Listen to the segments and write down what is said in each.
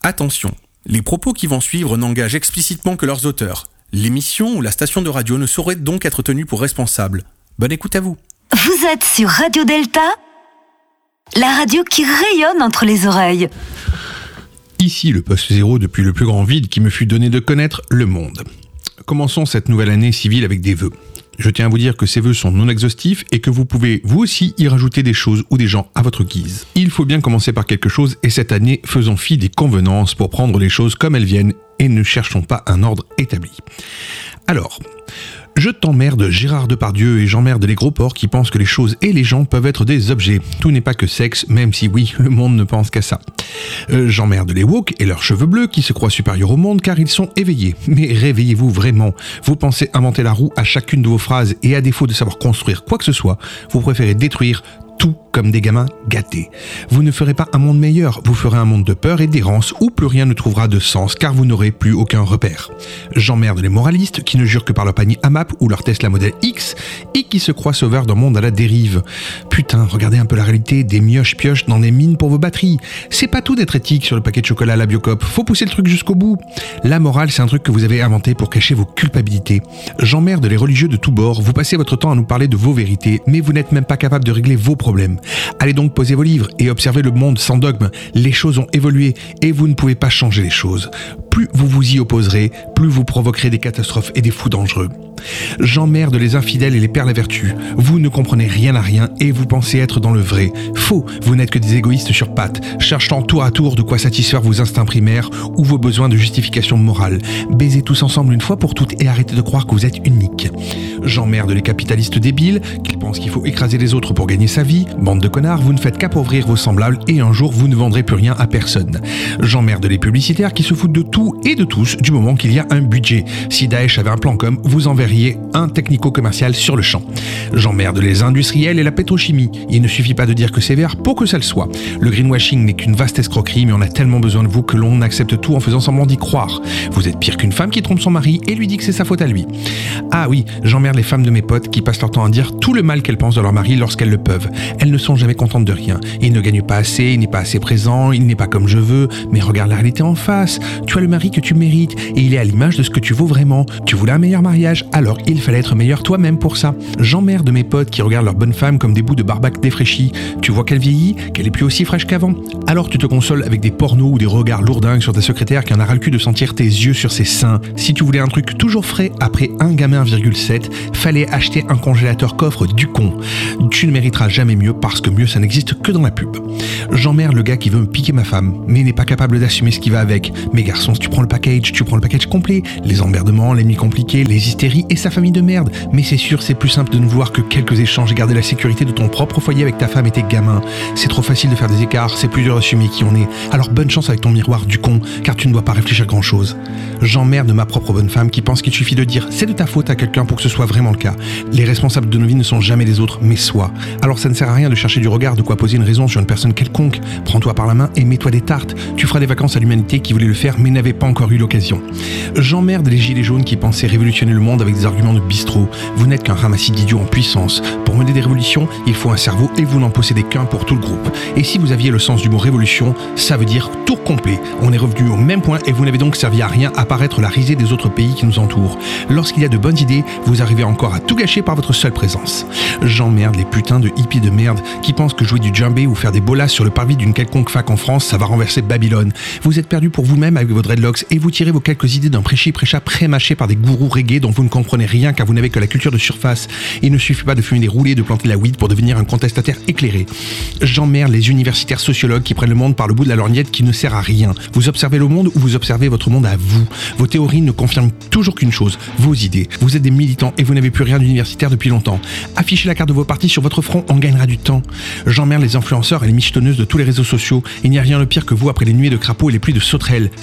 Attention, les propos qui vont suivre n'engagent explicitement que leurs auteurs. L'émission ou la station de radio ne saurait donc être tenue pour responsable. Bonne écoute à vous. Vous êtes sur Radio Delta, la radio qui rayonne entre les oreilles. Ici le poste 0 depuis le plus grand vide qui me fut donné de connaître le monde. Commençons cette nouvelle année civile avec des vœux. Je tiens à vous dire que ces vœux sont non exhaustifs et que vous pouvez vous aussi y rajouter des choses ou des gens à votre guise. Il faut bien commencer par quelque chose et cette année, faisons fi des convenances pour prendre les choses comme elles viennent et ne cherchons pas un ordre établi. Alors, je t'emmerde Gérard Depardieu et j'emmerde les gros porcs qui pensent que les choses et les gens peuvent être des objets. Tout n'est pas que sexe, même si oui, le monde ne pense qu'à ça. J'emmerde les woke et leurs cheveux bleus qui se croient supérieurs au monde car ils sont éveillés. Mais réveillez-vous vraiment. Vous pensez inventer la roue à chacune de vos phrases et à défaut de savoir construire quoi que ce soit, vous préférez détruire tout comme des gamins gâtés. Vous ne ferez pas un monde meilleur, vous ferez un monde de peur et d'errance où plus rien ne trouvera de sens car vous n'aurez plus aucun repère. J'emmerde les moralistes qui ne jurent que par leur panier AMAP ou leur Tesla Model X et qui se croient sauveurs d'un monde à la dérive. Putain, regardez un peu la réalité, des mioches pioches dans des mines pour vos batteries. C'est pas tout d'être éthique sur le paquet de chocolat à la Biocop, faut pousser le truc jusqu'au bout. La morale, c'est un truc que vous avez inventé pour cacher vos culpabilités. J'emmerde les religieux de tous bords, vous passez votre temps à nous parler de vos vérités, mais vous n'êtes même pas capable de régler vos problèmes. Allez donc poser vos livres et observez le monde sans dogme. Les choses ont évolué et vous ne pouvez pas changer les choses. Plus vous vous y opposerez, plus vous provoquerez des catastrophes et des fous dangereux. J'emmerde les infidèles et les pères la vertu. Vous ne comprenez rien à rien et vous pensez être dans le vrai. Faux, vous n'êtes que des égoïstes sur pattes, cherchant tour à tour de quoi satisfaire vos instincts primaires ou vos besoins de justification morale. Baisez tous ensemble une fois pour toutes et arrêtez de croire que vous êtes unique. J'emmerde les capitalistes débiles qui pensent qu'il faut écraser les autres pour gagner sa vie. Bande de connards, vous ne faites qu'appauvrir vos semblables et un jour vous ne vendrez plus rien à personne. J'emmerde les publicitaires qui se foutent de tout et de tous du moment qu'il y a un budget. Si Daesh avait un plan com, vous enverriez un technico-commercial sur le champ. J'emmerde les industriels et la pétrochimie. Il ne suffit pas de dire que c'est vert pour que ça le soit. Le greenwashing n'est qu'une vaste escroquerie, mais on a tellement besoin de vous que l'on accepte tout en faisant semblant d'y croire. Vous êtes pire qu'une femme qui trompe son mari et lui dit que c'est sa faute à lui. Ah oui, j'emmerde les femmes de mes potes qui passent leur temps à dire tout le mal qu'elles pensent de leur mari lorsqu'elles le peuvent. Elles ne sont jamais contentes de rien. Il ne gagne pas assez, il n'est pas assez présent, il n'est pas comme je veux, mais regarde la réalité en face. Tu as le mari que tu mérites et il est à l'image de ce que tu vaux vraiment. Tu voulais un meilleur mariage, alors il fallait être meilleur toi-même pour ça. J'emmerde mes potes qui regardent leur bonne femme comme des bouts de barbac défraîchis. Tu vois qu'elle vieillit, qu'elle est plus aussi fraîche qu'avant. Alors tu te consoles avec des pornos ou des regards lourdingues sur ta secrétaire qui en a ras le cul de sentir tes yeux sur ses seins. Si tu voulais un truc toujours frais après un gamin 1,7, fallait acheter un congélateur coffre du con. Tu ne mériteras jamais mieux parce que mieux ça n'existe que dans la pub. J'emmerde le gars qui veut me piquer ma femme, mais n'est pas capable d'assumer ce qui va avec. Mais garçon, si tu prends le package complet, les emmerdements, les nuits compliquées, les hystéries et sa famille de merde. Mais c'est sûr, c'est plus simple de ne vouloir que quelques échanges et garder la sécurité de ton propre foyer avec ta femme et tes gamins. C'est trop facile de faire des écarts, c'est plus dur d'assumer qui on est. Alors bonne chance avec ton miroir du con, car tu ne dois pas réfléchir grand chose. J'emmerde ma propre bonne femme qui pense qu'il suffit de dire c'est de ta faute à quelqu'un pour que ce soit vraiment le cas. Les responsables de nos vies ne sont jamais les autres, mais soi. Alors ça ne sert à rien de chercher du regard de quoi poser une raison sur une personne quelconque. Prends-toi par la main et mets-toi des tartes. Tu feras des vacances à l'humanité qui voulait le faire mais n'avait pas encore eu l'occasion. J'emmerde les gilets jaunes qui pensaient révolutionner le monde avec des arguments de bistrot. Vous n'êtes qu'un ramassis d'idiots en puissance. Pour mener des révolutions, il faut un cerveau et vous n'en possédez qu'un pour tout le groupe. Et si vous aviez le sens du mot révolution, ça veut dire tour complet. On est revenu au même point et vous n'avez donc servi à rien à part être la risée des autres pays qui nous entourent. Lorsqu'il y a de bonnes idées, vous arrivez encore à tout gâcher par votre seule présence. J'emmerde les putains de hippies de merde qui pensent que jouer du djembé ou faire des bolas sur le parvis d'une quelconque fac en France, ça va renverser Babylone. Vous êtes perdu pour vous-même avec vos dreadlocks et vous tirez vos quelques idées d'un prêchi-prêcha pré-mâché par des gourous reggae dont vous ne comprenez rien car vous n'avez que la culture de surface. Il ne suffit pas de fumer des roulés et de planter la weed pour devenir un contestataire éclairé. J'emmerde les universitaires sociologues qui prennent le monde par le bout de la lorgnette qui ne sert à rien. Vous observez le monde ou vous observez votre monde à vous. Vos théories ne confirment toujours qu'une chose, vos idées. Vous êtes des militants et vous n'avez plus rien d'universitaire depuis longtemps. Affichez la carte de vos partis sur votre front, on gagnera du temps. J'emmerde les influenceurs et les michetonneuses de tous les réseaux sociaux. Il n'y a rien de pire que vous après les nuées de crapauds et les pluies de sauterelles. Si le monde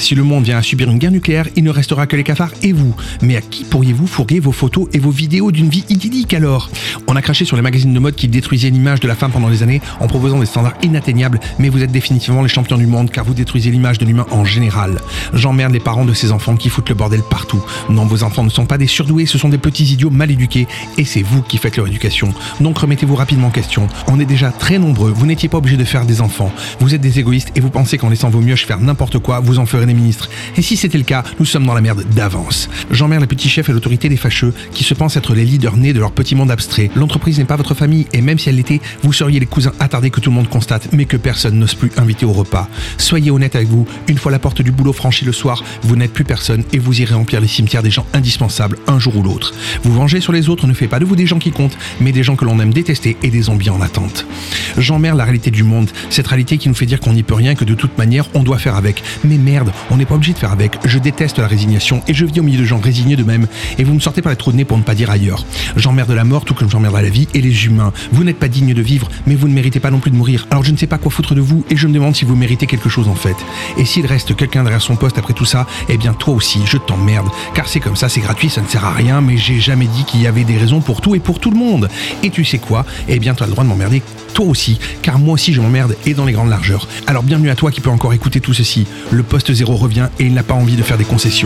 monde vient à subir une guerre nucléaire, il ne restera que les cafards et vous. Mais à qui pourriez-vous fourguer vos photos et vos vidéos d'une vie idyllique alors ? On a craché sur les magazines de mode qui détruisaient l'image de la femme pendant des années en proposant des standards inatteignables, mais vous êtes définitivement les champions du monde car vous détruisez l'image de l'humain en général. J'emmerde les parents de ces enfants qui foutent le bordel partout. Non, vos enfants ne sont pas des surdoués, ce sont des petits idiots mal éduqués et c'est vous qui faites leur éducation. Donc remettez-vous rapidement en question. On est déjà très nombreux, vous n'étiez pas obligés de faire des enfants. Vous êtes des égoïstes et vous pensez qu'en laissant vos mioches faire n'importe quoi, vous en ferez des ministres. Et si c'était le cas, nous sommes dans la merde d'avance. J'emmerde les petits chefs et l'autorité des fâcheux qui se pensent être les leaders nés de leur petit monde abstrait. L'entreprise n'est pas votre famille et même si elle l'était, vous seriez les cousins attardés que tout le monde constate mais que personne n'ose plus inviter au repas. Soyez honnête avec vous, une fois la porte du boulot franchie le soir, vous n'êtes plus personne et vous irez remplir les cimetières des gens indispensables un jour ou l'autre. Vous venger sur les autres ne fait pas de vous des gens qui comptent, mais des gens que l'on aime détester et des zombies en attente. J'emmerde la réalité du monde, cette réalité qui nous fait dire qu'on n'y peut rien, que de toute manière on doit faire avec. Mais merde, on n'est pas obligé de faire avec. Je déteste la résignation et je vis au milieu de gens résignés d'eux-mêmes et vous me sortez par les trous de nez pour ne pas dire ailleurs. J'emmerde la mort tout comme j'emmerde la vie et les humains. Vous n'êtes pas dignes de vivre, mais vous ne méritez pas non plus de mourir. Alors je ne sais pas quoi foutre de vous et je me demande si vous méritez quelque chose en fait. Et s'il reste quelqu'un derrière son poste après tout ça, eh bien toi aussi, je t'emmerde. Car c'est comme ça, c'est gratuit, ça ne sert à rien, mais j'ai jamais dit qu'il y avait des raisons pour tout et pour tout le monde. Et tu sais quoi ? Eh bien tu as le droit de m'emmerder toi aussi, car moi aussi je m'emmerde et dans les grandes largeurs. Alors bienvenue à toi qui peux encore écouter tout ceci. Le poste 0 revient et il n'a pas envie de faire des concessions.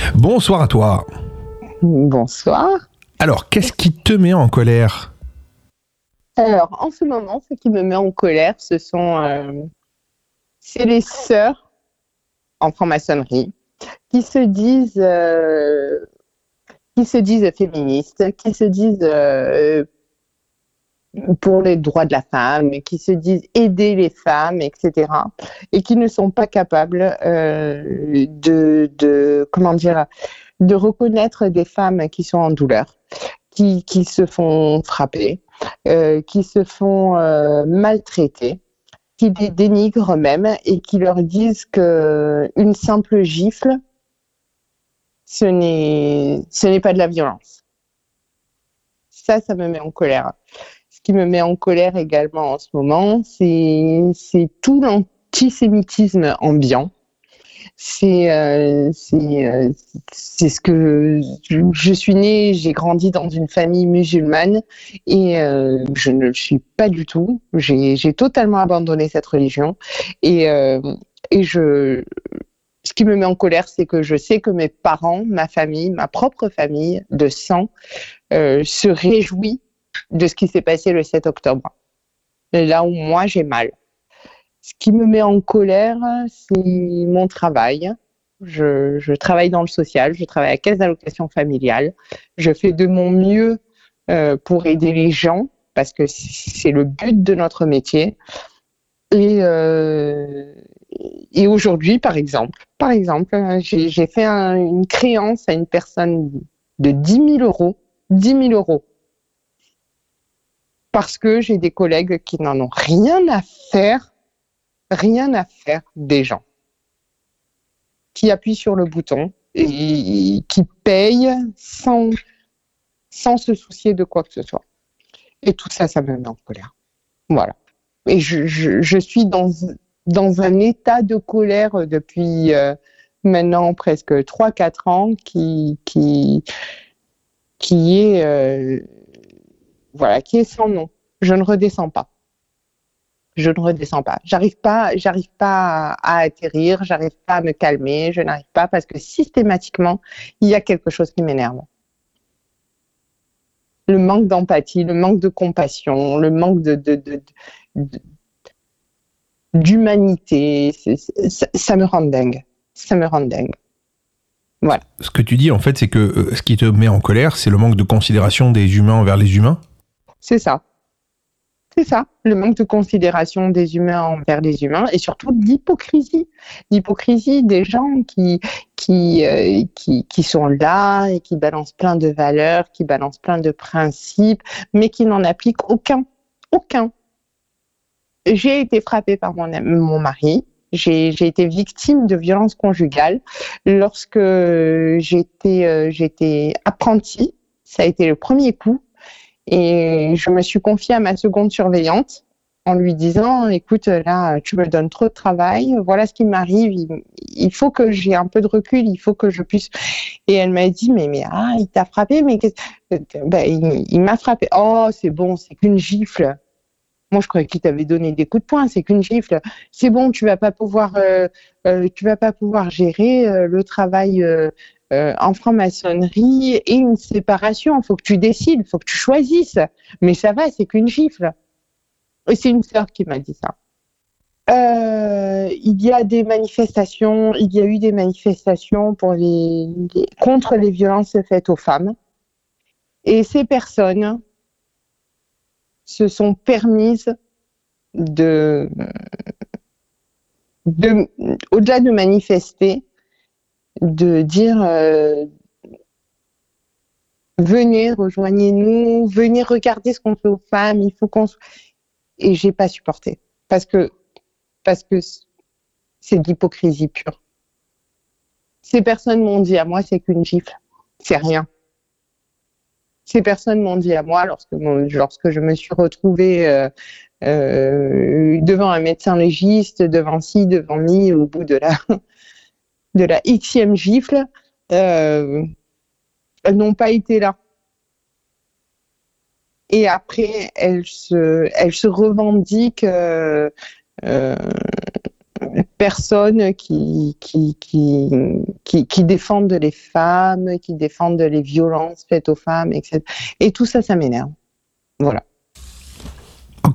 Bonsoir à toi. Bonsoir. Alors, qu'est-ce qui te met en colère ? Alors, en ce moment, ce qui me met en colère, c'est les sœurs en franc-maçonnerie qui se disent féministes, qui se disent pour les droits de la femme, qui se disent aider les femmes, etc., et qui ne sont pas capables de reconnaître des femmes qui sont en douleur, qui se font frapper, qui se font maltraiter, qui les dénigrent même et qui leur disent qu'une simple gifle, ce n'est pas de la violence. Ça me met en colère. Ce qui me met en colère également en ce moment, c'est tout l'antisémitisme ambiant. C'est ce que je suis née, j'ai grandi dans une famille musulmane et je ne le suis pas du tout. J'ai totalement abandonné cette religion et ce qui me met en colère, c'est que je sais que mes parents, ma famille, ma propre famille de sang se réjouit de ce qui s'est passé le 7 octobre. Et là où moi j'ai mal. Ce qui me met en colère, c'est mon travail. Je travaille dans le social, je travaille à Caisse d'allocation familiale. Je fais de mon mieux pour aider les gens, parce que c'est le but de notre métier. Et aujourd'hui, par exemple, j'ai fait une créance à une personne de 10 000 euros. 10 000 euros. Parce que j'ai des collègues qui n'en ont rien à faire des gens, qui appuient sur le bouton et qui payent sans se soucier de quoi que ce soit. Et tout ça, ça me met en colère. Voilà. Et je suis dans un état de colère depuis maintenant presque 3-4 ans qui est sans nom. Je ne redescends pas. J'arrive pas à atterrir, j'arrive pas à me calmer, je n'arrive pas parce que systématiquement, il y a quelque chose qui m'énerve. Le manque d'empathie, le manque de compassion, le manque d'humanité, ça me rend dingue. Voilà. Ce que tu dis, en fait, c'est que ce qui te met en colère, c'est le manque de considération des humains envers les humains ? C'est ça, le manque de considération des humains envers les humains et surtout l'hypocrisie des gens qui sont là et qui balancent plein de valeurs, qui balancent plein de principes, mais qui n'en appliquent aucun. J'ai été frappée par mon mari. J'ai été victime de violences conjugales lorsque j'étais apprentie. Ça a été le premier coup. Et je me suis confiée à ma seconde surveillante en lui disant, écoute, là, tu me donnes trop de travail, voilà ce qui m'arrive, il faut que j'ai un peu de recul, il faut que je puisse... Et elle m'a dit, mais il t'a frappé, mais il m'a frappé. Oh, c'est bon, c'est qu'une gifle. Moi, je croyais qu'il t'avait donné des coups de poing, c'est qu'une gifle. C'est bon, tu vas pas pouvoir gérer le travail en franc-maçonnerie et une séparation. Il faut que tu décides, il faut que tu choisisses. Mais ça va, c'est qu'une gifle. Et c'est une sœur qui m'a dit ça. Il y a eu des manifestations contre les violences faites aux femmes. Et ces personnes se sont permises au-delà de manifester, de dire venez, rejoignez-nous, venez regarder ce qu'on fait aux femmes, il faut qu'on... Et j'ai pas supporté parce que c'est de l'hypocrisie pure. Ces personnes m'ont dit à moi, c'est qu'une gifle, c'est rien. Ces personnes m'ont dit à moi, lorsque je me suis retrouvée devant un médecin légiste, devant ci, devant mi, au bout de la Xème gifle, elles n'ont pas été là. Et après, elles se revendiquent personnes qui défendent les femmes, qui défendent les violences faites aux femmes, etc. Et tout ça, ça m'énerve. Voilà. Ok.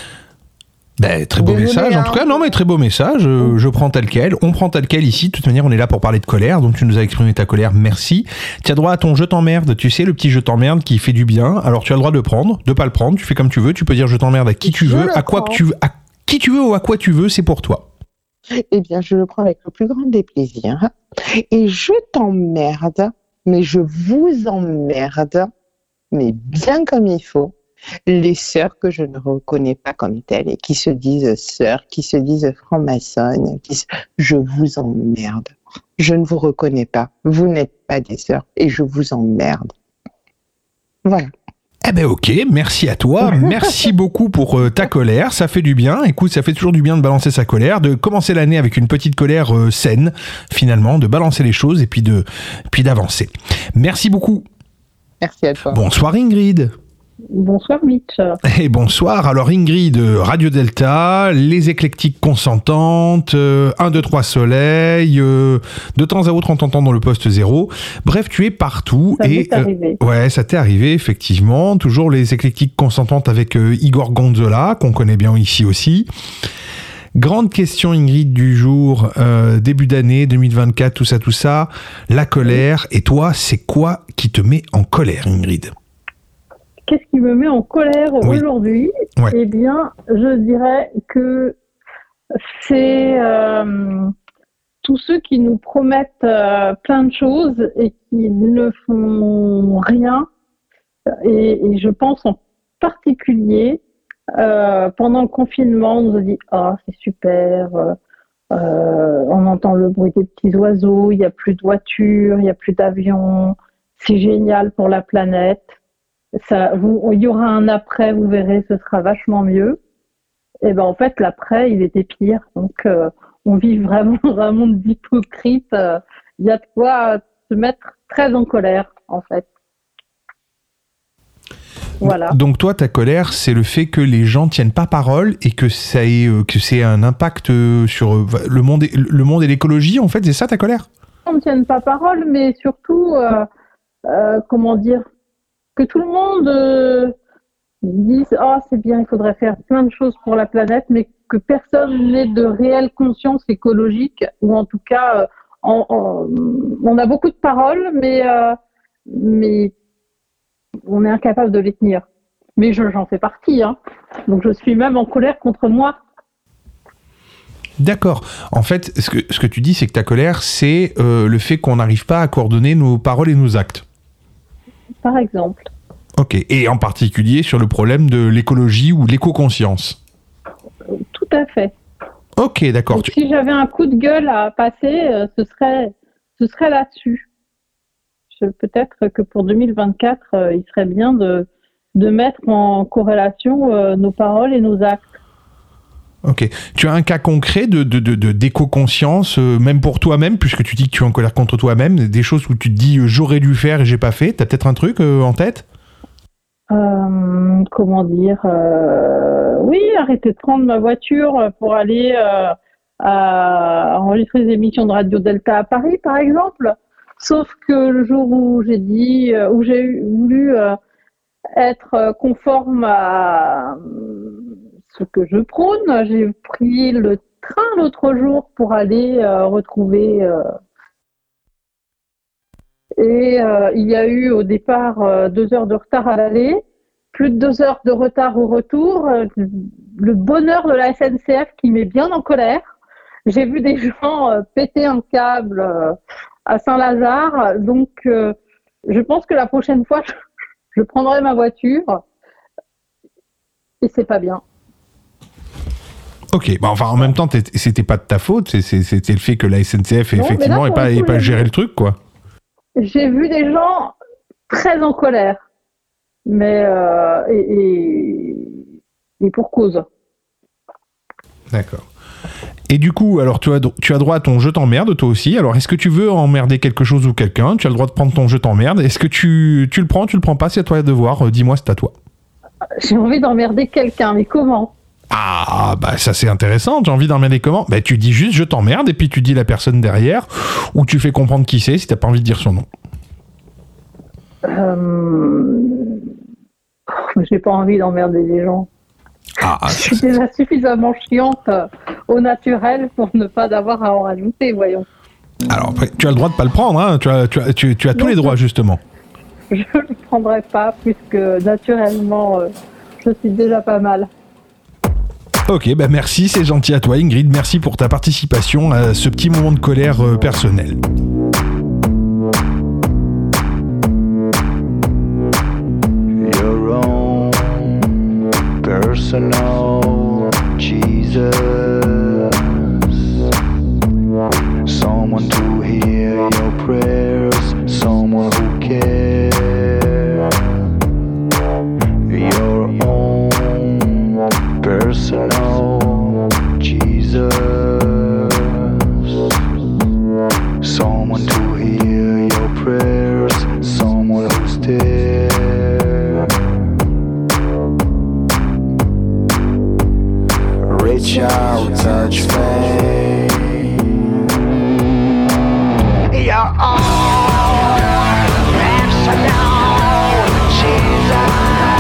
Ben, très beau message, en tout cas. Non, mais très beau message. Je prends tel quel. On prend tel quel ici. De toute manière, on est là pour parler de colère. Donc, tu nous as exprimé ta colère. Merci. Tu as droit à ton je t'emmerde. Tu sais, le petit je t'emmerde qui fait du bien. Alors, tu as le droit de prendre, de pas le prendre. Tu fais comme tu veux. Tu peux dire je t'emmerde à qui tu veux, à quoi que tu veux, à qui tu veux ou à quoi tu veux. C'est pour toi. Eh bien, je le prends avec le plus grand des plaisirs. Et je t'emmerde, mais je vous emmerde, mais bien comme il faut. Les sœurs que je ne reconnais pas comme telles et qui se disent sœurs, qui se disent francs-maçonnes, je vous emmerde. Je ne vous reconnais pas. Vous n'êtes pas des sœurs et je vous emmerde. Voilà. Eh ben ok, merci à toi, merci beaucoup pour ta colère, ça fait du bien, écoute, ça fait toujours du bien de balancer sa colère, de commencer l'année avec une petite colère saine, finalement, de balancer les choses et puis d'avancer. Merci beaucoup. Merci à toi. Bonsoir Ingrid. Bonsoir Mitch. Et bonsoir, alors Ingrid, Radio Delta, les éclectiques consentantes, 1, 2, 3 soleil, de temps à autre on t'entend dans le poste 0, bref tu es partout. Ça m'est arrivé. Ouais, ça t'est arrivé effectivement, toujours les éclectiques consentantes avec Igor Gonzola, qu'on connaît bien ici aussi. Grande question Ingrid du jour, début d'année 2024, tout ça, la colère, et toi c'est quoi qui te met en colère Ingrid ? Qu'est-ce qui me met en colère aujourd'hui ? Ouais. Eh bien, je dirais que c'est tous ceux qui nous promettent plein de choses et qui ne font rien. Et je pense en particulier, pendant le confinement, on nous a dit « Ah, c'est super, on entend le bruit des petits oiseaux, il n'y a plus de voitures, il n'y a plus d'avions, c'est génial pour la planète. » Il y aura un après, vous verrez, ce sera vachement mieux. Et ben en fait, l'après, il était pire. Donc, on vit vraiment dans un monde d'hypocrites. Il y a de quoi se mettre très en colère, en fait. Voilà. Donc toi, ta colère, c'est le fait que les gens tiennent pas parole et que c'est un impact sur le monde et l'écologie. En fait, c'est ça ta colère ? On ne tienne pas parole, mais surtout, comment dire, que tout le monde dise « Ah, c'est bien, il faudrait faire plein de choses pour la planète », mais que personne n'ait de réelle conscience écologique, ou en tout cas, on a beaucoup de paroles, mais on est incapable de les tenir. Mais j'en fais partie, hein. Donc je suis même en colère contre moi. D'accord. En fait, ce que tu dis, c'est que ta colère, c'est le fait qu'on n'arrive pas à coordonner nos paroles et nos actes. Par exemple. Ok. Et en particulier sur le problème de l'écologie ou l'éco-conscience. Tout à fait. Ok, d'accord. Donc, si j'avais un coup de gueule à passer, ce serait là-dessus. Peut-être que pour 2024, il serait bien de mettre en corrélation nos paroles et nos actes. Ok. Tu as un cas concret d'éco-conscience, même pour toi-même, puisque tu dis que tu es en colère contre toi-même, des choses où tu te dis j'aurais dû faire et j'ai pas fait. T'as peut-être un truc en tête ? Comment dire oui, arrêter de prendre ma voiture pour aller à enregistrer des émissions de Radio Delta à Paris, par exemple. Sauf que le jour où j'ai voulu être conforme à ce que je prône, j'ai pris le train l'autre jour pour aller retrouver. Il y a eu au départ 2 heures de retard à l'aller, plus de 2 heures de retard au retour. Le bonheur de la SNCF qui met bien en colère. J'ai vu des gens péter un câble à Saint-Lazare. Donc, je pense que la prochaine fois, je prendrai ma voiture. Et c'est pas bien. Ok, enfin en même temps, c'était pas de ta faute, c'était le fait que la SNCF effectivement n'ait pas géré le truc, quoi. J'ai vu des gens très en colère, mais et pour cause. D'accord. Et du coup, alors tu as droit à ton je t'emmerde, toi aussi. Alors est-ce que tu veux emmerder quelque chose ou quelqu'un ? Tu as le droit de prendre ton je t'emmerde. Est-ce que tu le prends, tu le prends pas ? C'est à toi de voir. Dis-moi, c'est à toi. J'ai envie d'emmerder quelqu'un, mais comment ? Ah, bah ça c'est intéressant, j'ai envie d'emmerder comment ? Bah tu dis juste je t'emmerde et puis tu dis la personne derrière ou tu fais comprendre qui c'est si t'as pas envie de dire son nom. J'ai pas envie d'emmerder les gens. Je suis déjà suffisamment chiante au naturel pour ne pas avoir à en rajouter, voyons. Alors après, tu as le droit de pas le prendre, hein. Tu as tous les droits justement. Je ne le prendrai pas puisque naturellement je suis déjà pas mal. Ok, bah merci, c'est gentil à toi Ingrid, merci pour ta participation à ce petit moment de colère personnel. Your own personal Jesus, someone to hear your prayers, someone who cares. Your own personal Jesus, someone to hear your prayers, someone who's there. Reach out, touch faith. Your own personal Jesus,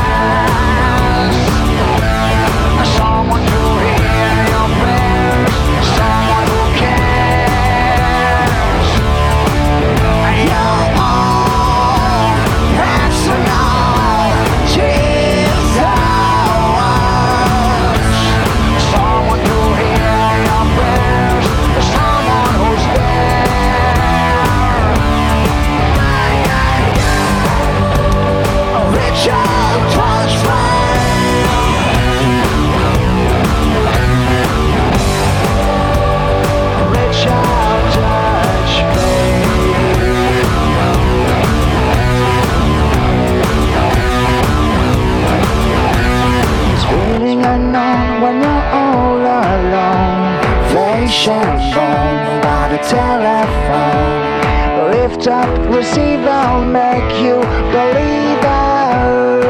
someone to hear your prayers, someone who cares. Your own personal Jesus, someone to hear your prayers, someone who's there. Reach out, touch faith. Reach out, touch faith. It's feeling unknown when you're all alone. Flesh and bone by the telephone. Lift up, receive, I'll make you believer.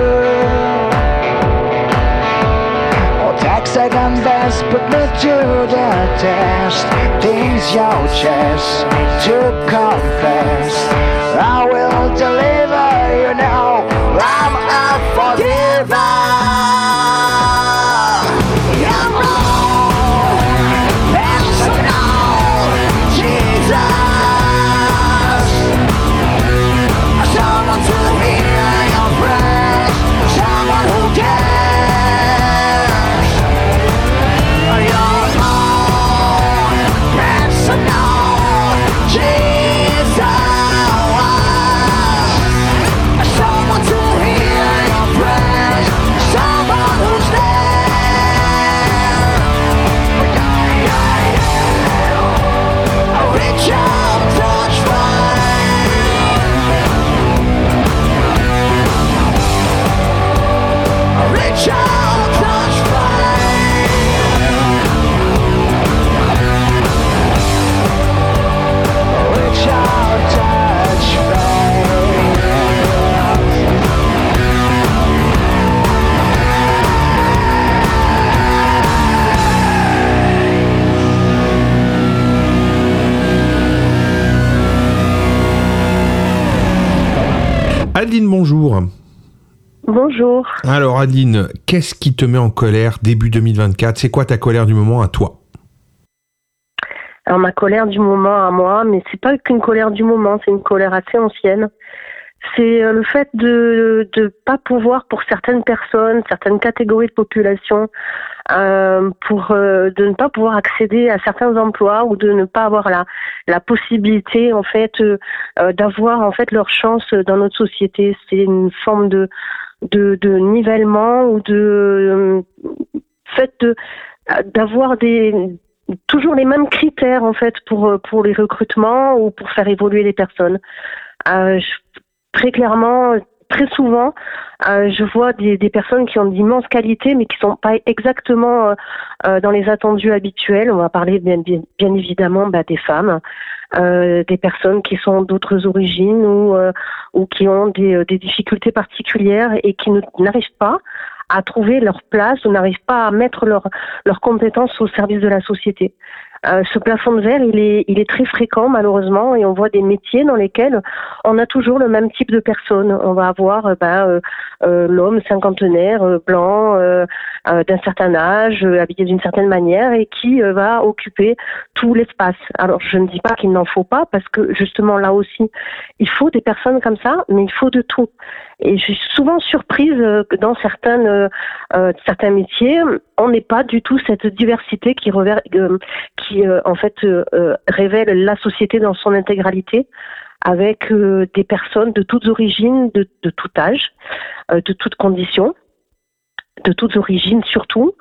Oh, take second best, put me to the test. Things your chest to confess. I will deliver, you know, I'm a forgiver. Your own personal Jesus, someone to hear your prayers, someone who cares. Your own personal Jesus, someone to hear your prayers, someone who's there. Reach out, touch faith. Reach out, touch faith. Reach out, touch Adeline, bonjour. Bonjour. Alors Adeline, qu'est-ce qui te met en colère début 2024 ? C'est quoi ta colère du moment à toi ? Alors ma colère du moment à moi, mais c'est pas qu'une colère du moment, c'est une colère assez ancienne. C'est le fait de pas pouvoir, pour certaines personnes, certaines catégories de population, de ne pas pouvoir accéder à certains emplois ou de ne pas avoir la possibilité en fait d'avoir en fait leur chance dans notre société. C'est une forme de nivellement ou de fait d'avoir toujours les mêmes critères en fait pour les recrutements ou pour faire évoluer les personnes. Très clairement, très souvent, je vois des personnes qui ont d'immenses qualités, mais qui sont pas exactement dans les attendus habituels. On va parler bien évidemment des femmes, des personnes qui sont d'autres origines ou qui ont des difficultés particulières et qui n'arrivent pas à trouver leur place ou n'arrivent pas à mettre leurs compétences au service de la société. Ce plafond de verre, il est très fréquent malheureusement, et on voit des métiers dans lesquels on a toujours le même type de personnes. On va avoir l'homme cinquantenaire, blanc, d'un certain âge, habillé d'une certaine manière, et qui va occuper tout l'espace. Alors je ne dis pas qu'il n'en faut pas, parce que justement là aussi, il faut des personnes comme ça, mais il faut de tout. Et je suis souvent surprise que dans certains métiers, on n'ait pas du tout cette diversité qui révèle la société dans son intégralité, avec des personnes de toutes origines, de tout âge, de toutes conditions, de toutes origines surtout,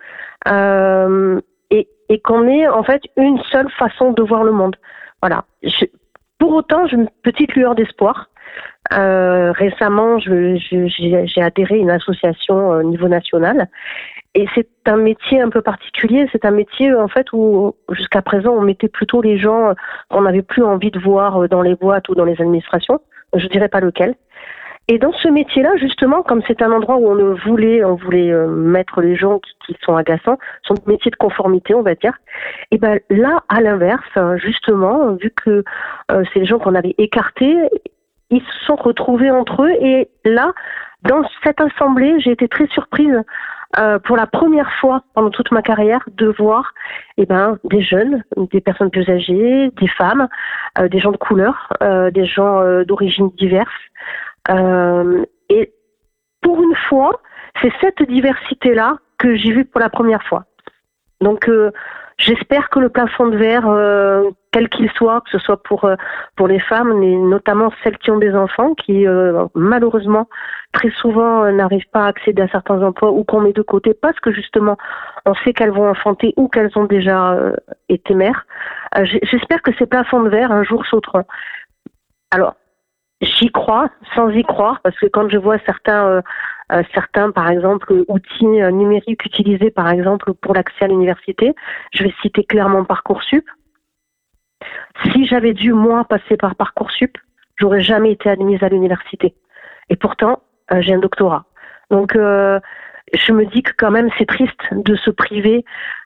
et qu'on ait en fait une seule façon de voir le monde. Voilà. Pour autant, j'ai une petite lueur d'espoir. Récemment, j'ai adhéré à une association au niveau national, et c'est un métier un peu particulier. C'est un métier en fait où jusqu'à présent on mettait plutôt les gens qu'on n'avait plus envie de voir dans les boîtes ou dans les administrations. Je dirais pas lequel. Et dans ce métier-là, justement, comme c'est un endroit où on voulait mettre les gens qui sont agaçants, sont des métiers de conformité, on va dire. Et ben là, à l'inverse, justement, vu que c'est les gens qu'on avait écartés, ils se sont retrouvés entre eux. Et là, dans cette assemblée, j'ai été très surprise pour la première fois pendant toute ma carrière de voir des jeunes, des personnes plus âgées, des femmes, des gens de couleur, des gens d'origines diverses. Et pour une fois, c'est cette diversité-là que j'ai vue pour la première fois. Donc j'espère que le plafond de verre, quel qu'il soit, que ce soit pour les femmes, mais notamment celles qui ont des enfants, qui malheureusement très souvent n'arrivent pas à accéder à certains emplois, ou qu'on met de côté parce que justement on sait qu'elles vont enfanter ou qu'elles ont déjà été mères. J'espère que ces plafonds de verre un jour sauteront. Alors j'y crois, sans y croire, parce que quand je vois certains, par exemple, outils numériques utilisés, par exemple, pour l'accès à l'université, je vais citer clairement Parcoursup. Si j'avais dû, moi, passer par Parcoursup, j'aurais jamais été admise à l'université. Et pourtant, j'ai un doctorat. Donc, je me dis que quand même, c'est triste de se priver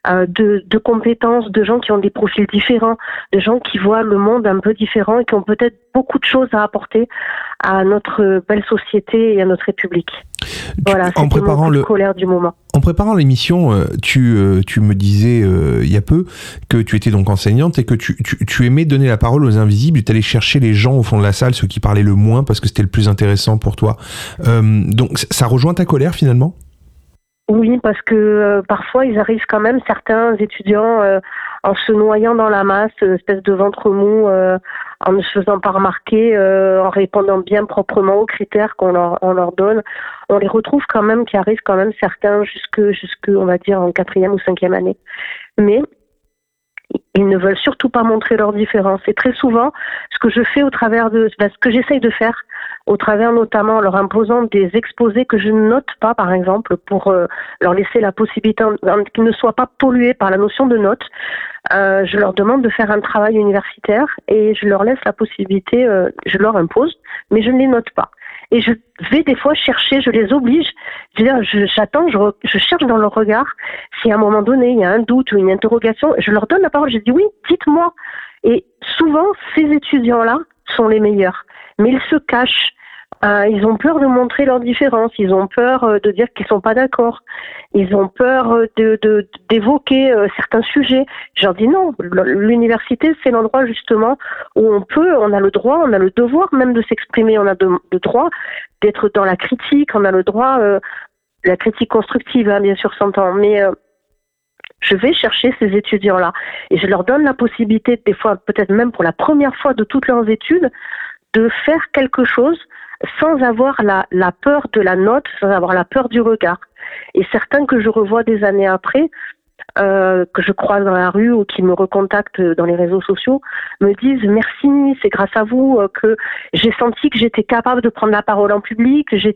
de compétences, de gens qui ont des profils différents, de gens qui voient le monde un peu différent et qui ont peut-être beaucoup de choses à apporter à notre belle société et à notre République. Voilà, c'était mon coup de colère du moment. En préparant l'émission, tu me disais il y a peu que tu étais donc enseignante et que tu aimais donner la parole aux invisibles, tu allais chercher les gens au fond de la salle, ceux qui parlaient le moins parce que c'était le plus intéressant pour toi. Donc ça rejoint ta colère finalement ? Oui, parce que parfois ils arrivent quand même, certains étudiants, en se noyant dans la masse, espèce de ventre mou, en ne se faisant pas remarquer, en répondant bien proprement aux critères qu'on leur donne. On les retrouve quand même, qui arrivent quand même certains jusque on va dire en 4e ou 5e année. Mais ils ne veulent surtout pas montrer leur différence. Et très souvent, ce que je fais ce que j'essaye de faire, au travers notamment en leur imposant des exposés que je ne note pas, par exemple, pour leur laisser la possibilité qu'ils ne soient pas pollués par la notion de notes, je leur demande de faire un travail universitaire et je leur laisse la possibilité, je leur impose, mais je ne les note pas. Et je vais des fois chercher, je les oblige, j'attends, je cherche dans leur regard si à un moment donné il y a un doute ou une interrogation, je leur donne la parole, je dis oui, dites-moi. Et souvent, ces étudiants-là sont les meilleurs, mais ils se cachent. Ils ont peur de montrer leurs différences, ils ont peur de dire qu'ils sont pas d'accord, ils ont peur d'évoquer certains sujets. Je leur dis non, l'université c'est l'endroit justement où on a le droit, on a le devoir même de s'exprimer, on a le droit d'être dans la critique, on a le droit, la critique constructive hein, bien sûr s'entend, mais je vais chercher ces étudiants-là et je leur donne la possibilité, des fois peut-être même pour la première fois de toutes leurs études, de faire quelque chose sans avoir la peur de la note, sans avoir la peur du regard. Et certains que je revois des années après, que je croise dans la rue ou qui me recontactent dans les réseaux sociaux, me disent merci, c'est grâce à vous que j'ai senti que j'étais capable de prendre la parole en public, que j'ai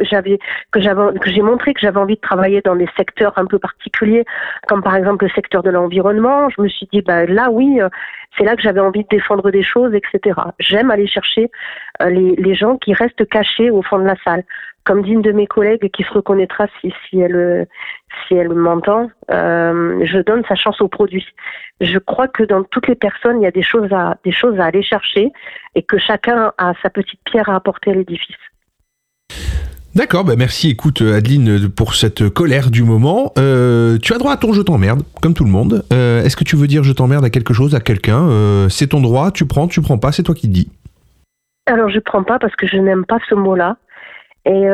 montré que j'avais envie de travailler dans des secteurs un peu particuliers, comme par exemple le secteur de l'environnement. Je me suis dit là oui, c'est là que j'avais envie de défendre des choses, etc. J'aime aller chercher les gens qui restent cachés au fond de la salle. comme dit une de mes collègues qui se reconnaîtra si elle m'entend, je donne sa chance au produit. Je crois que dans toutes les personnes, il y a des choses à aller chercher et que chacun a sa petite pierre à apporter à l'édifice. D'accord, merci, écoute Adeline, pour cette colère du moment. Tu as droit à ton je t'emmerde, comme tout le monde. Est-ce que tu veux dire je t'emmerde à quelque chose, à quelqu'un c'est ton droit, tu prends pas, c'est toi qui te dis. Alors je prends pas parce que je n'aime pas ce mot-là. Et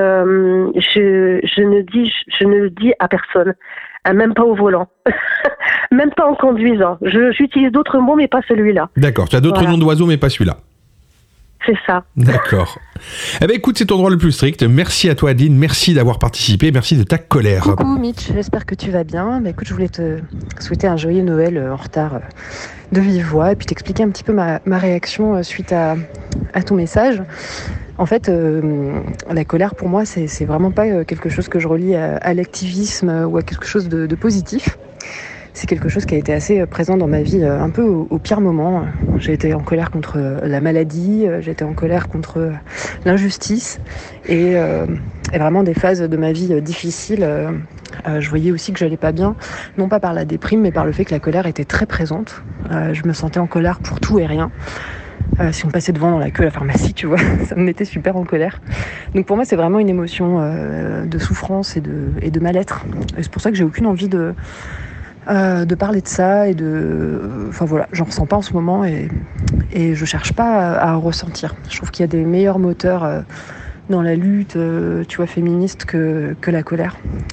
je ne le dis à personne, même pas au volant, même pas en conduisant. J'utilise d'autres mots, mais pas celui-là. D'accord, tu as d'autres noms d'oiseaux, mais pas celui-là. C'est ça. D'accord. Écoute, c'est ton droit le plus strict. Merci à toi, Adeline. Merci d'avoir participé. Merci de ta colère. Coucou, Mitch. J'espère que tu vas bien. Écoute, je voulais te souhaiter un joyeux Noël en retard de vive voix et puis t'expliquer un petit peu ma réaction suite à ton message. En fait, la colère pour moi, c'est vraiment pas quelque chose que je relie à l'activisme ou à quelque chose de positif. C'est quelque chose qui a été assez présent dans ma vie un peu au pire moment. J'ai été en colère contre la maladie, j'ai été en colère contre l'injustice et vraiment des phases de ma vie difficiles. Je voyais aussi que j'allais pas bien, non pas par la déprime, mais par le fait que la colère était très présente. Je me sentais en colère pour tout et rien. Si on passait devant dans la queue à la pharmacie, tu vois, ça me mettait super en colère. Donc pour moi, c'est vraiment une émotion de souffrance et de mal-être. Et c'est pour ça que j'ai aucune envie de parler de ça enfin voilà, j'en ressens pas en ce moment et je cherche pas à en ressentir. Je trouve qu'il y a des meilleurs moteurs dans la lutte, tu vois, féministe que la colère.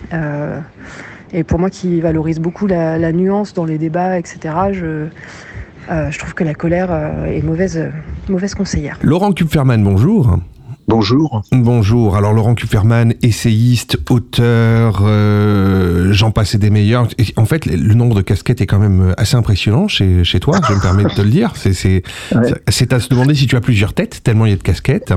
Et pour moi qui valorise beaucoup la nuance dans les débats, etc., je trouve que la colère est mauvaise conseillère. Laurent Kupferman, bonjour. Bonjour. Bonjour. Alors Laurent Kupferman, essayiste, auteur, j'en passe et des meilleurs. Et en fait, le nombre de casquettes est quand même assez impressionnant chez toi, je me permets de te le dire. C'est à se demander si tu as plusieurs têtes, tellement il y a de casquettes.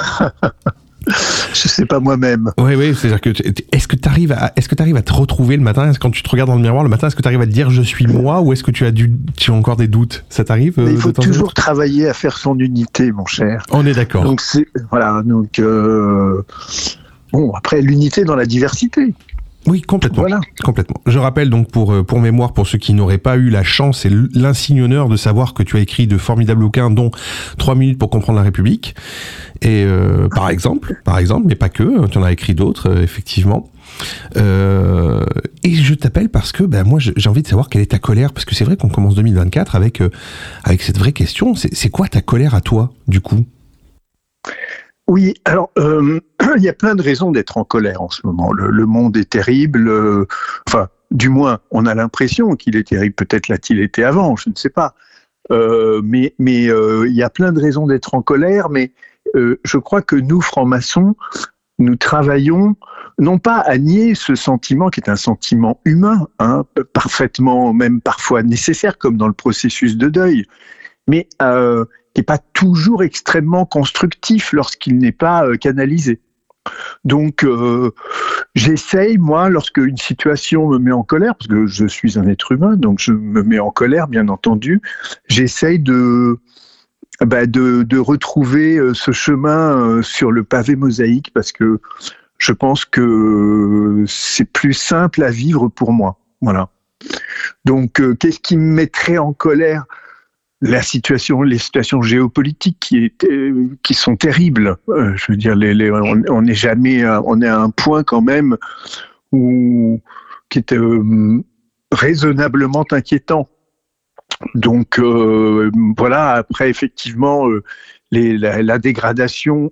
Je sais pas moi-même. Oui, c'est-à-dire que est-ce que tu arrives à te retrouver le matin, quand tu te regardes dans le miroir le matin, est-ce que tu arrives à te dire je suis moi ou est-ce que tu as encore des doutes? Ça t'arrive? Mais il faut toujours travailler à faire son unité, mon cher. On est d'accord. Donc bon, après l'unité dans la diversité. Oui, complètement. Voilà. Complètement. Je rappelle donc pour mémoire, pour ceux qui n'auraient pas eu la chance et l'insigne honneur de savoir que tu as écrit de formidables bouquins, dont 3 minutes pour comprendre la République. Et par exemple, mais pas que, tu en as écrit d'autres, effectivement. Et je t'appelle parce que moi j'ai envie de savoir quelle est ta colère, parce que c'est vrai qu'on commence 2024 avec cette vraie question. C'est quoi ta colère à toi, du coup? Oui, alors il y a plein de raisons d'être en colère en ce moment. Le monde est terrible, enfin, du moins, on a l'impression qu'il est terrible. Peut-être l'a-t-il été avant, je ne sais pas. Mais il y a plein de raisons d'être en colère, mais je crois que nous, francs-maçons, nous travaillons non pas à nier ce sentiment qui est un sentiment humain, parfaitement, même parfois nécessaire, comme dans le processus de deuil, mais qui n'est pas toujours extrêmement constructif lorsqu'il n'est pas canalisé. Donc, j'essaye, moi, lorsque une situation me met en colère, parce que je suis un être humain, donc je me mets en colère, bien entendu, j'essaye de retrouver ce chemin sur le pavé mosaïque, parce que je pense que c'est plus simple à vivre pour moi. Voilà. Donc, qu'est-ce qui me mettrait en colère ? Les situations géopolitiques qui sont terribles. Je veux dire, on n'est jamais, on est à un point quand même qui est raisonnablement inquiétant. Donc voilà. Après, effectivement, la dégradation,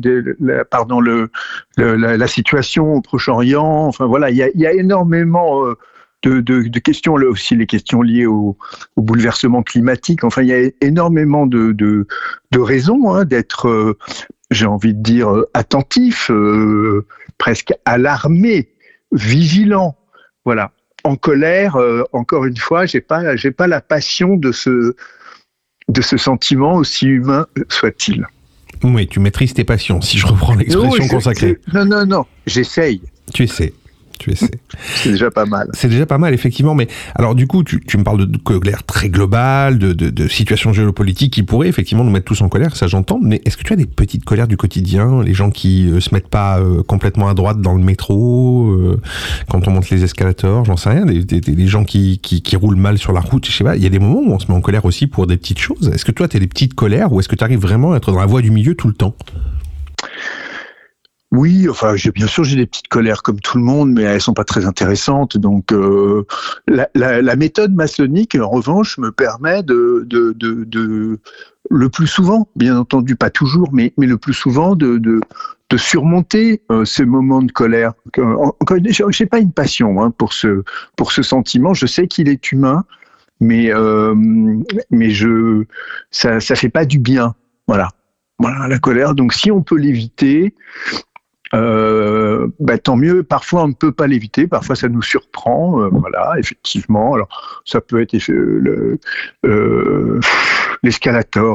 la situation au Proche-Orient. Enfin voilà, il y a énormément de questions, là aussi les questions liées au bouleversement climatique. Enfin, il y a énormément de raisons d'être, j'ai envie de dire, attentif, presque alarmé, vigilant. Voilà. En colère, encore une fois, j'ai pas la passion de ce sentiment, aussi humain soit-il. Oui, tu maîtrises tes passions, si je reprends l'expression consacrée. Non, j'essaye. Tu essaies. tu essaies. C'est déjà pas mal. C'est déjà pas mal, effectivement. Mais alors, du coup, tu me parles de colère très globale, de situation géopolitique qui pourrait effectivement nous mettre tous en colère, ça j'entends. Mais est-ce que tu as des petites colères du quotidien, les gens qui se mettent pas complètement à droite dans le métro, quand on monte les escalators, j'en sais rien, des gens qui roulent mal sur la route, je sais pas. Il y a des moments où on se met en colère aussi pour des petites choses. Est-ce que toi, tu as des petites colères ou est-ce que tu arrives vraiment à être dans la voie du milieu tout le temps ? Oui, enfin, bien sûr, j'ai des petites colères comme tout le monde, mais elles sont pas très intéressantes. Donc, la méthode maçonnique, en revanche, me permet de le plus souvent, bien entendu, pas toujours, mais le plus souvent, de surmonter ces moments de colère. J'ai pas une passion pour ce sentiment. Je sais qu'il est humain, mais ça fait pas du bien. Voilà, la colère. Donc, si on peut l'éviter. Tant mieux. Parfois on ne peut pas l'éviter, parfois ça nous surprend, voilà, effectivement. Alors ça peut être l'escalator.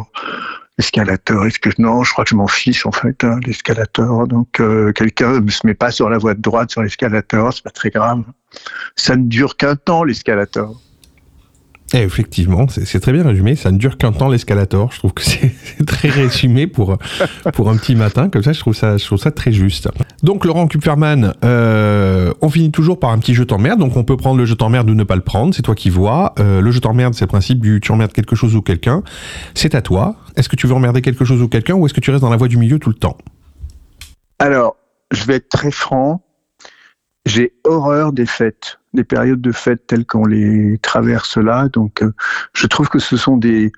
Non, je crois que je m'en fiche en fait, l'escalator. Donc quelqu'un ne se met pas sur la voie de droite sur l'escalator, c'est pas très grave. Ça ne dure qu'un temps l'escalator. Et effectivement, c'est très bien résumé. Ça ne dure qu'un temps l'escalator. Je trouve que c'est très résumé pour un petit matin comme ça. Je trouve ça très juste. Donc Laurent Kupferman, on finit toujours par un petit je t'emmerde. Donc on peut prendre le je t'emmerde ou ne pas le prendre. C'est toi qui vois. Le je t'emmerde, c'est le principe du tu emmerdes quelque chose ou quelqu'un. C'est à toi. Est-ce que tu veux emmerder quelque chose ou quelqu'un ou est-ce que tu restes dans la voie du milieu tout le temps ? Alors, je vais être très franc. J'ai horreur des fêtes, des périodes de fêtes telles qu'on les traverse là. Donc, je trouve que ce sont des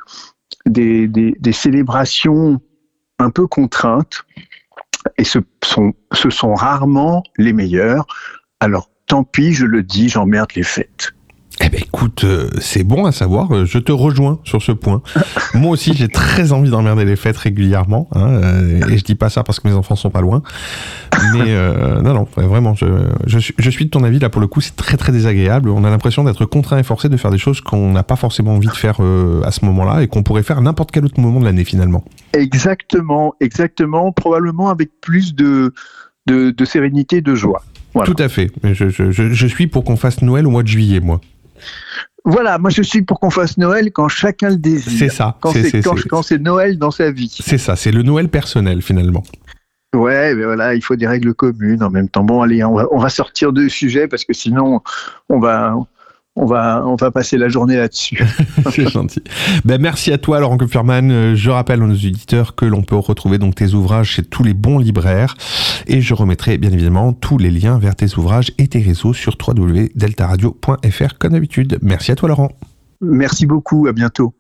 célébrations un peu contraintes et ce sont rarement les meilleures. Alors, tant pis, je le dis, j'emmerde les fêtes. Eh ben écoute, c'est bon à savoir, je te rejoins sur ce point. Moi aussi, j'ai très envie d'emmerder les fêtes régulièrement, et je dis pas ça parce que mes enfants sont pas loin. Mais non, vraiment, je suis de ton avis là pour le coup, c'est très très désagréable. On a l'impression d'être contraint et forcé de faire des choses qu'on n'a pas forcément envie de faire à ce moment-là et qu'on pourrait faire à n'importe quel autre moment de l'année finalement. Exactement, probablement avec plus de sérénité, de joie. Voilà. Tout à fait. Je suis pour qu'on fasse Noël au mois de juillet, moi. Voilà, moi je suis pour qu'on fasse Noël quand chacun le désire. C'est ça. Quand c'est Noël dans sa vie. C'est ça, c'est le Noël personnel finalement. Ouais, mais voilà, il faut des règles communes en même temps. Bon, allez, on va sortir de sujet parce que sinon on va passer la journée là-dessus. C'est gentil. Merci à toi, Laurent Kupferman. Je rappelle à nos auditeurs que l'on peut retrouver donc tes ouvrages chez tous les bons libraires. Et je remettrai bien évidemment tous les liens vers tes ouvrages et tes réseaux sur www.deltaradio.fr comme d'habitude. Merci à toi, Laurent. Merci beaucoup, à bientôt.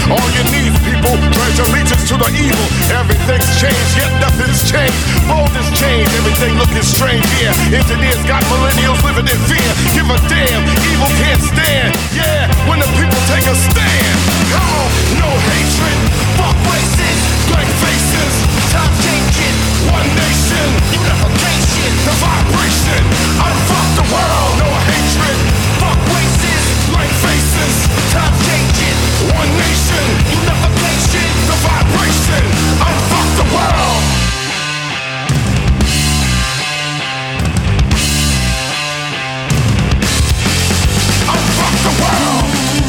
On your knees, people, pledge allegiance to the evil. Everything's changed, yet nothing's changed. World has changed, everything looking strange, yeah. Engineers got millennials living in fear. Give a damn, evil can't stand. Yeah, when the people take a stand. Come on, no hatred, fuck races, blank faces. Time changing, one nation, unification, the vibration. Unfuck the world, no hatred, fuck races, blank faces. Time changing, one nation, unification, the vibration. Unfuck the world. Unfuck the world.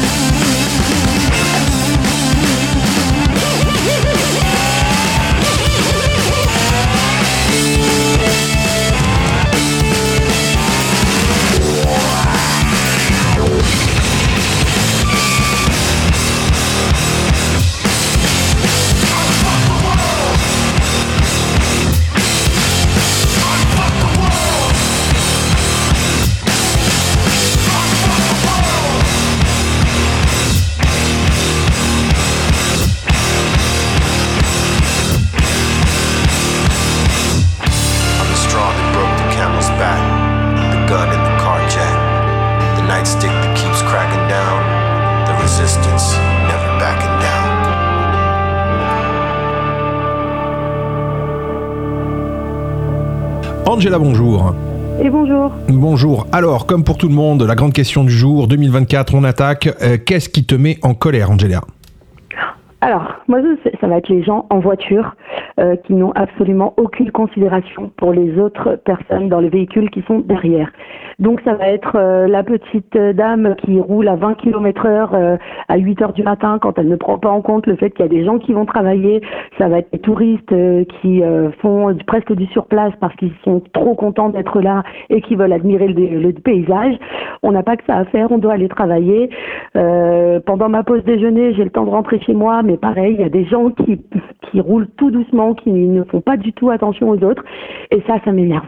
Angela, bonjour. Et bonjour. Bonjour. Alors, comme pour tout le monde, la grande question du jour, 2024, on attaque. Qu'est-ce qui te met en colère, Angela ? Alors, moi, ça va être les gens en voiture qui n'ont absolument aucune considération pour les autres personnes dans les véhicules qui sont derrière. Donc, ça va être la petite dame qui roule à 20 km/h à 8 heures du matin quand elle ne prend pas en compte le fait qu'il y a des gens qui vont travailler. Ça va être les touristes qui font presque du surplace parce qu'ils sont trop contents d'être là et qui veulent admirer le paysage. On n'a pas que ça à faire, on doit aller travailler. Pendant ma pause déjeuner, j'ai le temps de rentrer chez moi, mais pareil, il y a des gens qui roulent tout doucement, qui ne font pas du tout attention aux autres, et ça m'énerve.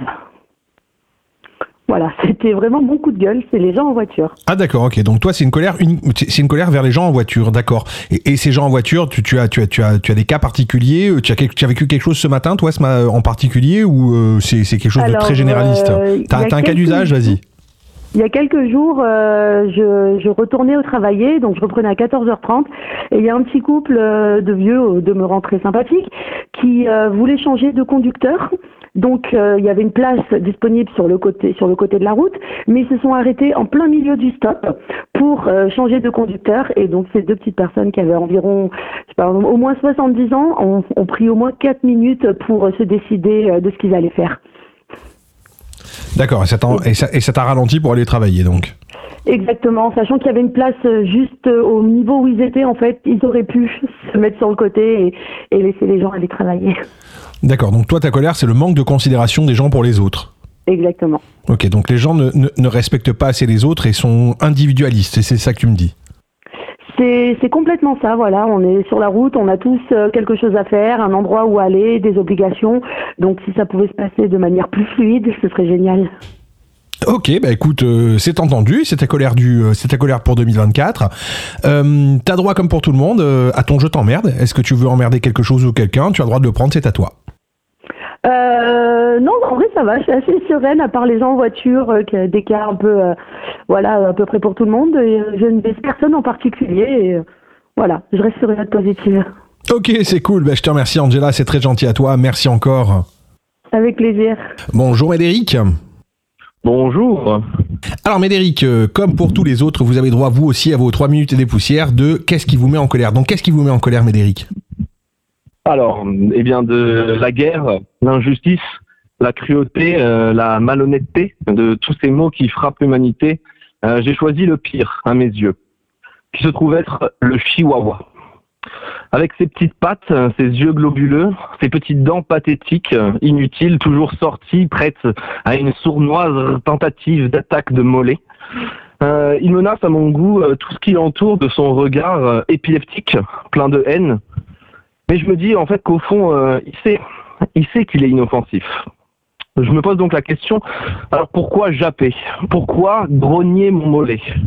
Voilà, c'était vraiment mon coup de gueule, c'est les gens en voiture. Ah d'accord, ok. Donc toi, c'est une colère vers les gens en voiture, d'accord. Et ces gens en voiture, tu as des cas particuliers. Tu as vécu quelque chose ce matin, toi, en particulier, ou c'est quelque chose de très généraliste. T'as un cas d'usage, vas-y. Il y a quelques jours, je retournais au travail, donc je reprenais à 14h30, et il y a un petit couple de vieux, au demeurant très sympathique, qui voulait changer de conducteur. Donc il y avait une place disponible sur le côté de la route, mais ils se sont arrêtés en plein milieu du stop pour changer de conducteur. Et donc ces deux petites personnes qui avaient environ, au moins 70 ans, ont pris au moins 4 minutes pour se décider de ce qu'ils allaient faire. D'accord, et ça t'a ralenti pour aller travailler donc. Exactement, sachant qu'il y avait une place juste au niveau où ils étaient, en fait, ils auraient pu se mettre sur le côté et laisser les gens aller travailler. D'accord, donc toi ta colère c'est le manque de considération des gens pour les autres. Exactement. Ok, donc les gens ne respectent pas assez les autres et sont individualistes, et c'est ça que tu me dis. C'est complètement ça, voilà, on est sur la route, on a tous quelque chose à faire, un endroit où aller, des obligations, donc si ça pouvait se passer de manière plus fluide, ce serait génial. Ok, bah écoute, c'est entendu, c'est ta colère pour 2024. T'as droit, comme pour tout le monde, à ton je t'emmerde. Est-ce que tu veux emmerder quelque chose ou quelqu'un ? Tu as le droit de le prendre, c'est à toi. Non, en vrai ça va, je suis assez sereine, à part les gens en voiture, des cas un peu, à peu près pour tout le monde, et je ne baisse personne en particulier, et voilà, je reste sur une note positive. Ok, c'est cool, bah, je te remercie Angela, c'est très gentil à toi, merci encore. Avec plaisir. Bonjour Médéric. Bonjour. Alors Médéric, comme pour tous les autres, vous avez droit vous aussi à vos 3 minutes et des poussières de qu'est-ce qui vous met en colère. Donc qu'est-ce qui vous met en colère Médéric ? Alors, de la guerre, l'injustice, la cruauté, la malhonnêteté, de tous ces mots qui frappent l'humanité, j'ai choisi le pire, à mes yeux, qui se trouve être le chihuahua. Avec ses petites pattes, ses yeux globuleux, ses petites dents pathétiques, inutiles, toujours sorties, prêtes à une sournoise tentative d'attaque de mollet. Il menace à mon goût tout ce qui l'entoure de son regard épileptique, plein de haine. Mais je me dis en fait qu'au fond, il sait qu'il est inoffensif. Je me pose donc la question, alors pourquoi japper ? Pourquoi grogner mon mollet ?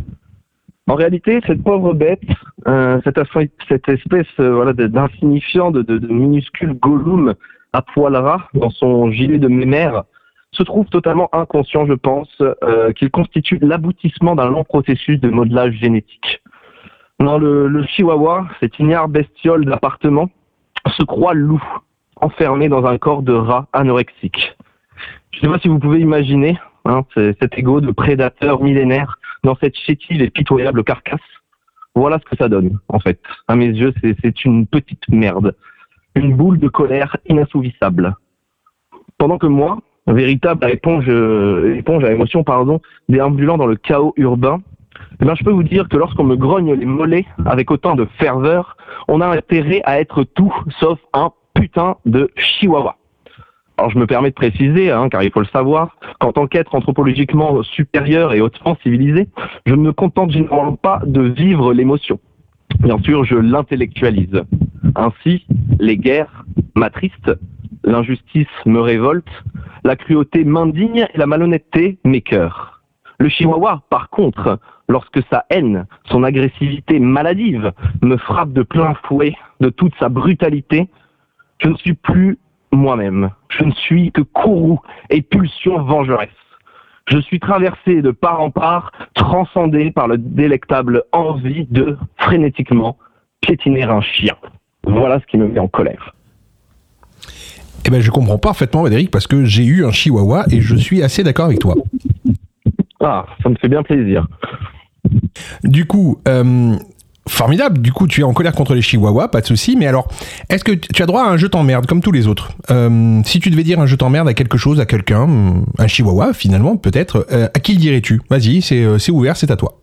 En réalité, cette pauvre bête, cette espèce d'insignifiant, de minuscule Gollum à poil ras dans son gilet de mémère, se trouve totalement inconscient, je pense, qu'il constitue l'aboutissement d'un long processus de modelage génétique. Non, le chihuahua, cette ignare bestiole d'appartement, se croit loup, enfermé dans un corps de rat anorexique. Je ne sais pas si vous pouvez imaginer cet ego de prédateur millénaire dans cette chétive et pitoyable carcasse. Voilà ce que ça donne, en fait. À mes yeux, c'est une petite merde. Une boule de colère inassouvissable. Pendant que moi, véritable éponge à émotion, déambulant dans le chaos urbain, je peux vous dire que lorsqu'on me grogne les mollets avec autant de ferveur, on a intérêt à être tout sauf un putain de chihuahua. Alors je me permets de préciser, car il faut le savoir, qu'en tant qu'être anthropologiquement supérieur et hautement civilisé, je ne me contente généralement pas de vivre l'émotion. Bien sûr, je l'intellectualise. Ainsi, les guerres m'attristent, l'injustice me révolte, la cruauté m'indigne et la malhonnêteté m'écœure. Le chihuahua, par contre, lorsque sa haine, son agressivité maladive me frappe de plein fouet de toute sa brutalité, je ne suis plus moi-même. Je ne suis que courroux et pulsion vengeresse. Je suis traversé de part en part, transcendé par le délectable envie de, frénétiquement, piétiner un chien. Voilà ce qui me met en colère. Eh ben, je comprends parfaitement, Médéric, parce que j'ai eu un chihuahua et je suis assez d'accord avec toi. Ah, ça me fait bien plaisir. Du coup, formidable. Du coup, tu es en colère contre les chihuahuas, pas de souci. Mais alors, est-ce que tu as droit à un je t'emmerde, comme tous les autres? Si tu devais dire un je t'emmerde à quelque chose, à quelqu'un, un chihuahua, finalement, peut-être, à qui le dirais-tu? Vas-y, c'est ouvert, c'est à toi.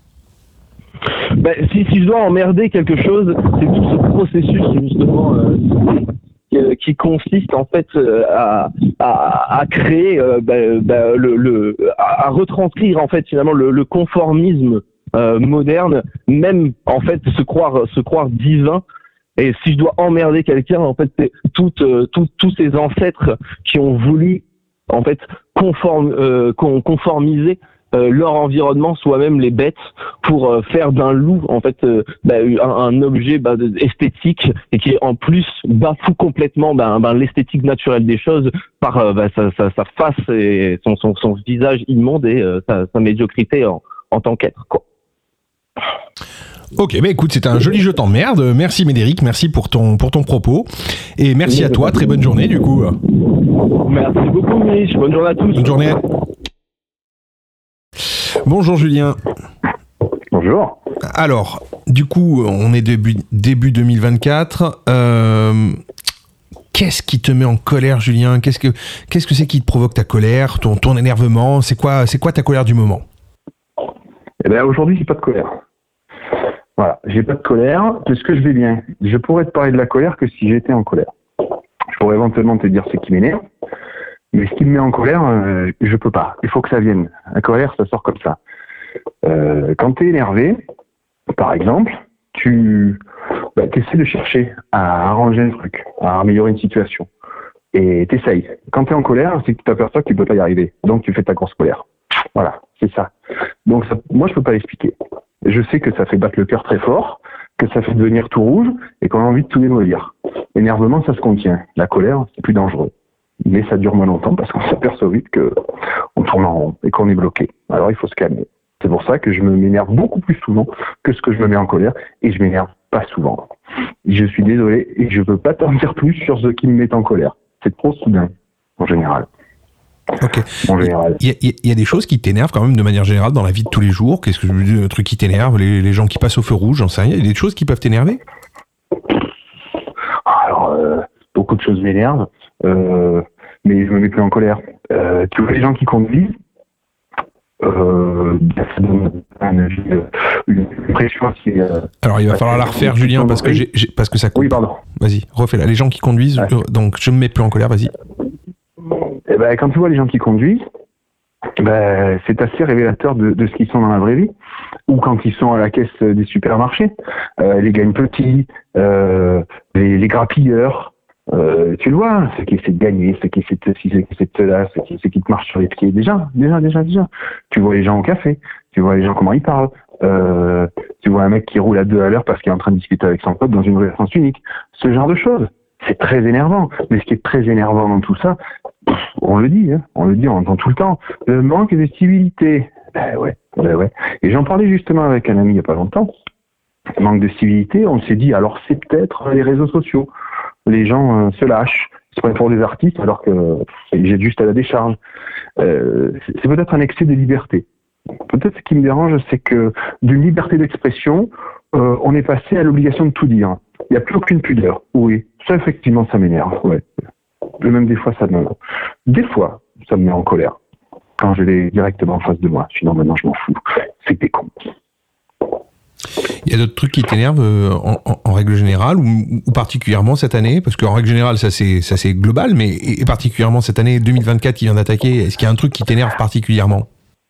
Si je dois emmerder quelque chose, c'est tout ce processus, justement, qui consiste en fait à créer, à retranscrire en fait finalement le conformisme moderne, même en fait se croire divin. Et si je dois emmerder quelqu'un, en fait, c'est tous ces ancêtres qui ont voulu en fait conformiser leur environnement, soit même les bêtes, pour faire d'un loup en fait un objet esthétique et qui en plus bafoue complètement l'esthétique naturelle des choses par sa face et son visage immonde et sa médiocrité en tant qu'être, quoi. Ok, écoute, c'était un joli jeu t'emmerde. Merci Médéric, merci pour ton propos. Et merci à toi, très bonne journée du coup. Merci beaucoup Mich, bonne journée à tous. Bonne journée. Bonjour Julien. Bonjour. Alors, du coup, on est début 2024. Qu'est-ce qui te met en colère, Julien? Qu'est-ce que c'est qui te provoque ta colère, ton énervement? C'est quoi ta colère du moment? Eh bien, aujourd'hui, j'ai pas de colère. Voilà, j'ai pas de colère parce que je vais bien. Je pourrais te parler de la colère que si j'étais en colère. Je pourrais éventuellement te dire ce qui m'énerve, mais ce qui me met en colère, je peux pas. Il faut que ça vienne. La colère, ça sort comme ça. Quand tu es énervé, par exemple, tu essaies de chercher à arranger un truc, à améliorer une situation. Et tu essayes. Quand tu es en colère, c'est que tu t'aperçois que tu peux pas y arriver. Donc tu fais ta grosse colère. Voilà, c'est ça. Donc ça, moi, je peux pas l'expliquer. Je sais que ça fait battre le cœur très fort, que ça fait devenir tout rouge et qu'on a envie de tout démolir. L'énervement, ça se contient. La colère, c'est plus dangereux. Mais ça dure moins longtemps parce qu'on s'aperçoit vite qu'on tourne en rond et qu'on est bloqué. Alors il faut se calmer. C'est pour ça que je m'énerve beaucoup plus souvent que ce que je me mets en colère et je m'énerve pas souvent. Je suis désolé et je peux pas t'en dire plus sur ce qui me met en colère. C'est trop soudain, en général. Ok. En général. Il y a des choses qui t'énervent quand même de manière générale dans la vie de tous les jours. Qu'est-ce que je veux dire, un truc qui t'énerve, les gens qui passent au feu rouge, j'en sais rien. Il y a des choses qui peuvent t'énerver? Alors, beaucoup de choses m'énervent, mais je me mets plus en colère. Tu vois les gens qui conduisent, ça donne une pression assez... Alors il va falloir la refaire, Julien, parce que ça coupe. Oui, pardon. Vas-y, refais-la. Les gens qui conduisent, donc je me mets plus en colère, vas-y. Eh ben, quand tu vois les gens qui conduisent, c'est assez révélateur de ce qu'ils sont dans la vraie vie. Ou quand ils sont à la caisse des supermarchés, les gagnes petits, les grappilleurs, tu le vois, ceux qui essaient de gagner, ceux qui essaient de ceci, ceux qui essaient de cela, ceux qui te marchent sur les pieds. Déjà. Tu vois les gens au café, tu vois les gens comment ils parlent. Tu vois un mec qui roule à 2 à l'heure parce qu'il est en train de discuter avec son pote dans une rue à sens unique. Ce genre de choses. C'est très énervant. Mais ce qui est très énervant dans tout ça, on le dit, on entend tout le temps. Le manque de civilité. Ouais. Et j'en parlais justement avec un ami il n'y a pas longtemps. Le manque de civilité, on s'est dit, alors c'est peut-être les réseaux sociaux. Les gens se lâchent. Ils se prennent pour des artistes alors que j'ai juste à la décharge. C'est peut-être un excès de liberté. Peut-être ce qui me dérange, c'est que d'une liberté d'expression, on est passé à l'obligation de tout dire. Il n'y a plus aucune pudeur. Oui, ça effectivement, ça m'énerve. Ouais. Même des fois, ça me met en colère. Quand je l'ai directement en face de moi. Sinon, maintenant, je m'en fous. C'est des cons. Il y a d'autres trucs qui t'énervent en règle générale ou particulièrement cette année? Parce qu'en règle générale, ça c'est global, mais et particulièrement cette année 2024 qui vient d'attaquer, est-ce qu'il y a un truc qui t'énerve particulièrement?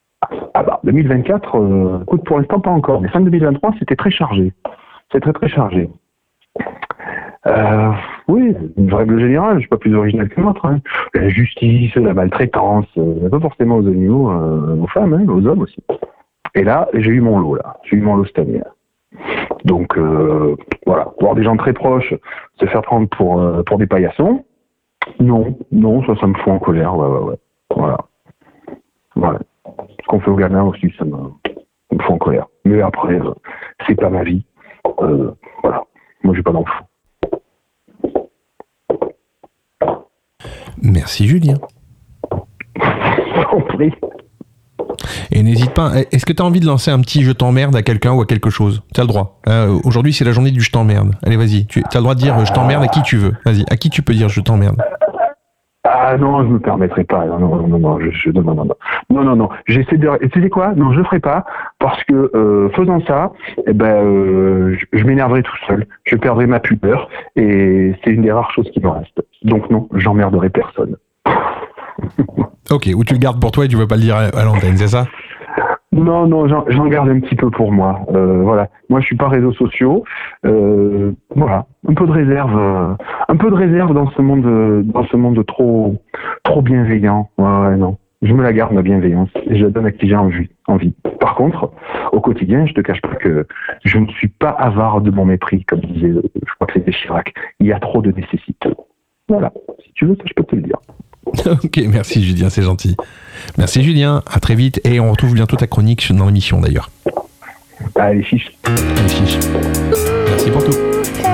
2024, écoute, pour l'instant, pas encore. Mais fin 2023, c'était très chargé. C'est très chargé. Oui, une règle générale, je suis pas plus original que l'autre. Hein. La justice, la maltraitance, pas forcément aux animaux, aux femmes, aux hommes aussi. Et là, j'ai eu mon lot, cette année. Donc, voilà. Voir des gens très proches se faire prendre pour des paillassons, non, ça me fout en colère, ouais. Voilà. Ce qu'on fait aux gamins aussi, ça me fout en colère. Mais après, c'est pas ma vie. Voilà. Moi, j'ai pas d'enfant. Merci, Julien. En prie. Et n'hésite pas, est-ce que tu as envie de lancer un petit je t'emmerde à quelqu'un ou à quelque chose? Tu as le droit. Aujourd'hui, c'est la journée du je t'emmerde. Allez, vas-y. Tu as le droit de dire je t'emmerde à qui tu veux. Vas-y, à qui tu peux dire je t'emmerde? Ah non, je me permettrai pas. Non. Non. J'essaie de. Et tu sais quoi? Non, je le ferai pas parce que faisant ça, je m'énerverai tout seul. Je perdrai ma pudeur et c'est une des rares choses qui me reste. Donc non, j'emmerderai personne. Ok, ou tu le gardes pour toi et tu veux pas le dire à l'antenne, c'est ça? Non, j'en garde un petit peu pour moi. Voilà. Moi, je suis pas réseaux sociaux. Voilà. Un peu de réserve dans ce monde trop bienveillant. Ouais, non. Je me la garde, ma bienveillance, et je la donne à qui j'ai envie. Par contre, au quotidien, je te cache pas que je ne suis pas avare de mon mépris, comme disait, je crois que c'était Chirac. Il y a trop de nécessité. Voilà. Si tu veux, ça, je peux te le dire. Ok, merci Julien, c'est gentil. Merci Julien, à très vite et on retrouve bientôt ta chronique dans l'émission d'ailleurs. Allez, chiche. Merci pour tout.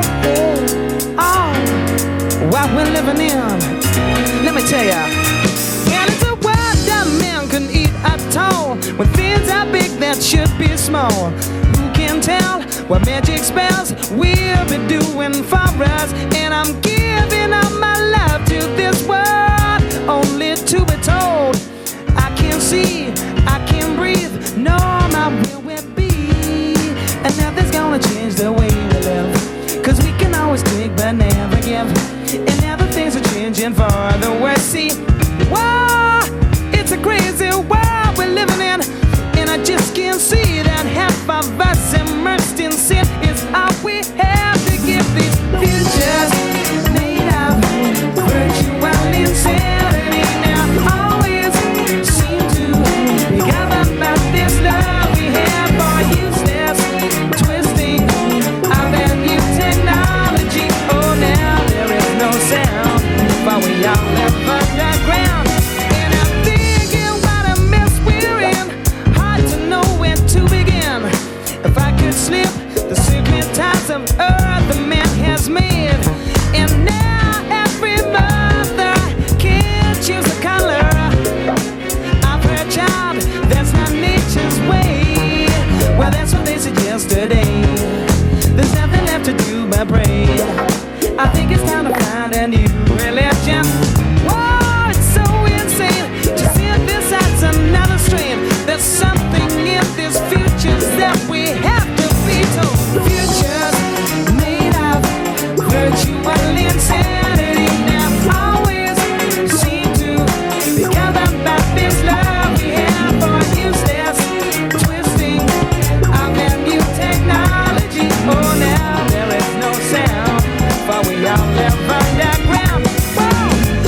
What we're living in, let me tell ya. And it's a world that man can eat at all, when things are big that should be small. Who can tell what magic spells we'll be doing for us? And I'm giving up my love to this world, only to be told I can't see, I can't breathe, no, my will will be. And nothing's gonna change the way we live, cause we can always take but never give. And now the things are changing for the worse. See, wow, it's a crazy world we're living in, and I just can't see that half of us immersed in sin is all we have to give. These futures made of virtual insanity now always seem to be governed by this love we have for useless twisting of that new technology. Oh, now there is no sound, but we all live underground. And I'm thinking what a mess we're in, hard to know where to begin. If I could slip the secret ties of earth the man has made, and now every mother can choose a color of her child. That's not nature's way. Well, that's what they said yesterday. There's nothing left to do but pray. I think it's time to find a new religion. Whoa, it's so insane to synthesize another strain. There's something in this future that we have to be told. Futures made of virtual insanity now always seem to be governed by this love we have for useless twisting of that new technology. Oh, now there is no sound, for we all live underground. Whoa.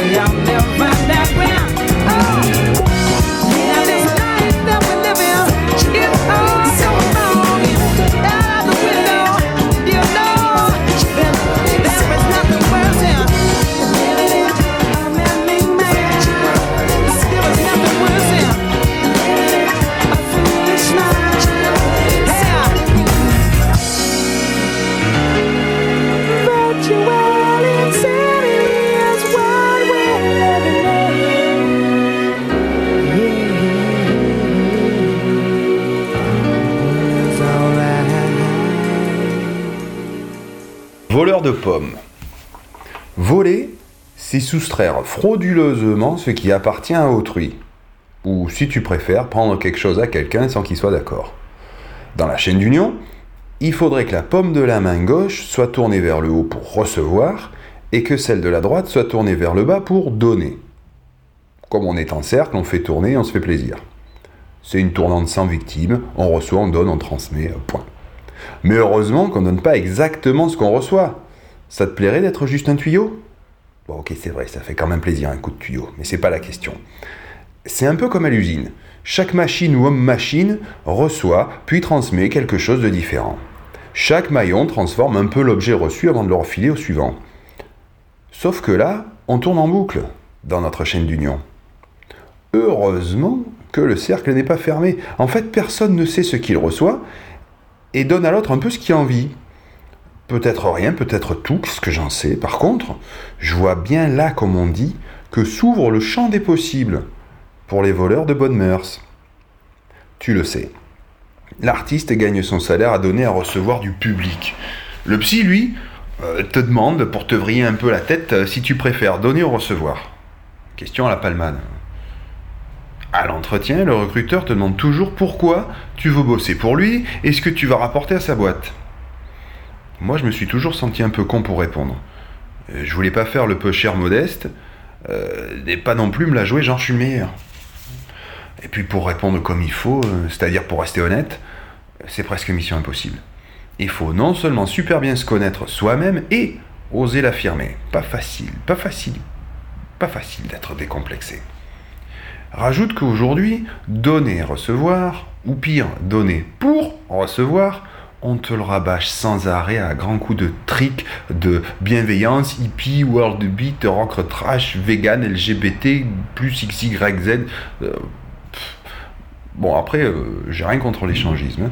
I'll never find that ground. Oh, yeah, this life that we're living, it's all so wrong. Out the window, you know, there is nothing worse than living in a man-made man. There is nothing worse than a foolish mind. Yeah. Virtual insanity is what we're living in. It's alright. Voleur de pommes. Voler, c'est soustraire frauduleusement ce qui appartient à autrui. Ou, si tu préfères, prendre quelque chose à quelqu'un sans qu'il soit d'accord. Dans la chaîne d'union, il faudrait que la pomme de la main gauche soit tournée vers le haut pour recevoir et que celle de la droite soit tournée vers le bas pour donner. Comme on est en cercle, on fait tourner et on se fait plaisir. C'est une tournante sans victime, on reçoit, on donne, on transmet, point. Mais heureusement qu'on ne donne pas exactement ce qu'on reçoit. Ça te plairait d'être juste un tuyau ? Bon, ok, c'est vrai, ça fait quand même plaisir un coup de tuyau, mais c'est pas la question. C'est un peu comme à l'usine. Chaque machine ou homme-machine reçoit, puis transmet quelque chose de différent. Chaque maillon transforme un peu l'objet reçu avant de le refiler au suivant. Sauf que là, on tourne en boucle dans notre chaîne d'union. Heureusement que le cercle n'est pas fermé. En fait, personne ne sait ce qu'il reçoit et donne à l'autre un peu ce qu'il a envie. Peut-être rien, peut-être tout, qu'est-ce que j'en sais. Par contre, je vois bien là, comme on dit, que s'ouvre le champ des possibles pour les voleurs de bonnes mœurs. Tu le sais. L'artiste gagne son salaire à donner, à recevoir du public. Le psy, lui, te demande, pour te vriller un peu la tête, si tu préfères donner ou recevoir. Question à la palmade. À l'entretien, le recruteur te demande toujours pourquoi tu veux bosser pour lui et ce que tu vas rapporter à sa boîte. Moi, je me suis toujours senti un peu con pour répondre. Je voulais pas faire le peu cher modeste, et pas non plus me la jouer genre je suis le meilleur. Et puis pour répondre comme il faut, c'est-à-dire pour rester honnête, c'est presque mission impossible. Il faut non seulement super bien se connaître soi-même et oser l'affirmer. Pas facile d'être décomplexé. Rajoute qu'aujourd'hui, donner, recevoir, ou pire, donner pour recevoir, on te le rabâche sans arrêt à grands coups de trick, de bienveillance, hippie, world beat, rock trash, vegan, LGBT, plus XYZ. Bon, après, j'ai rien contre l'échangisme.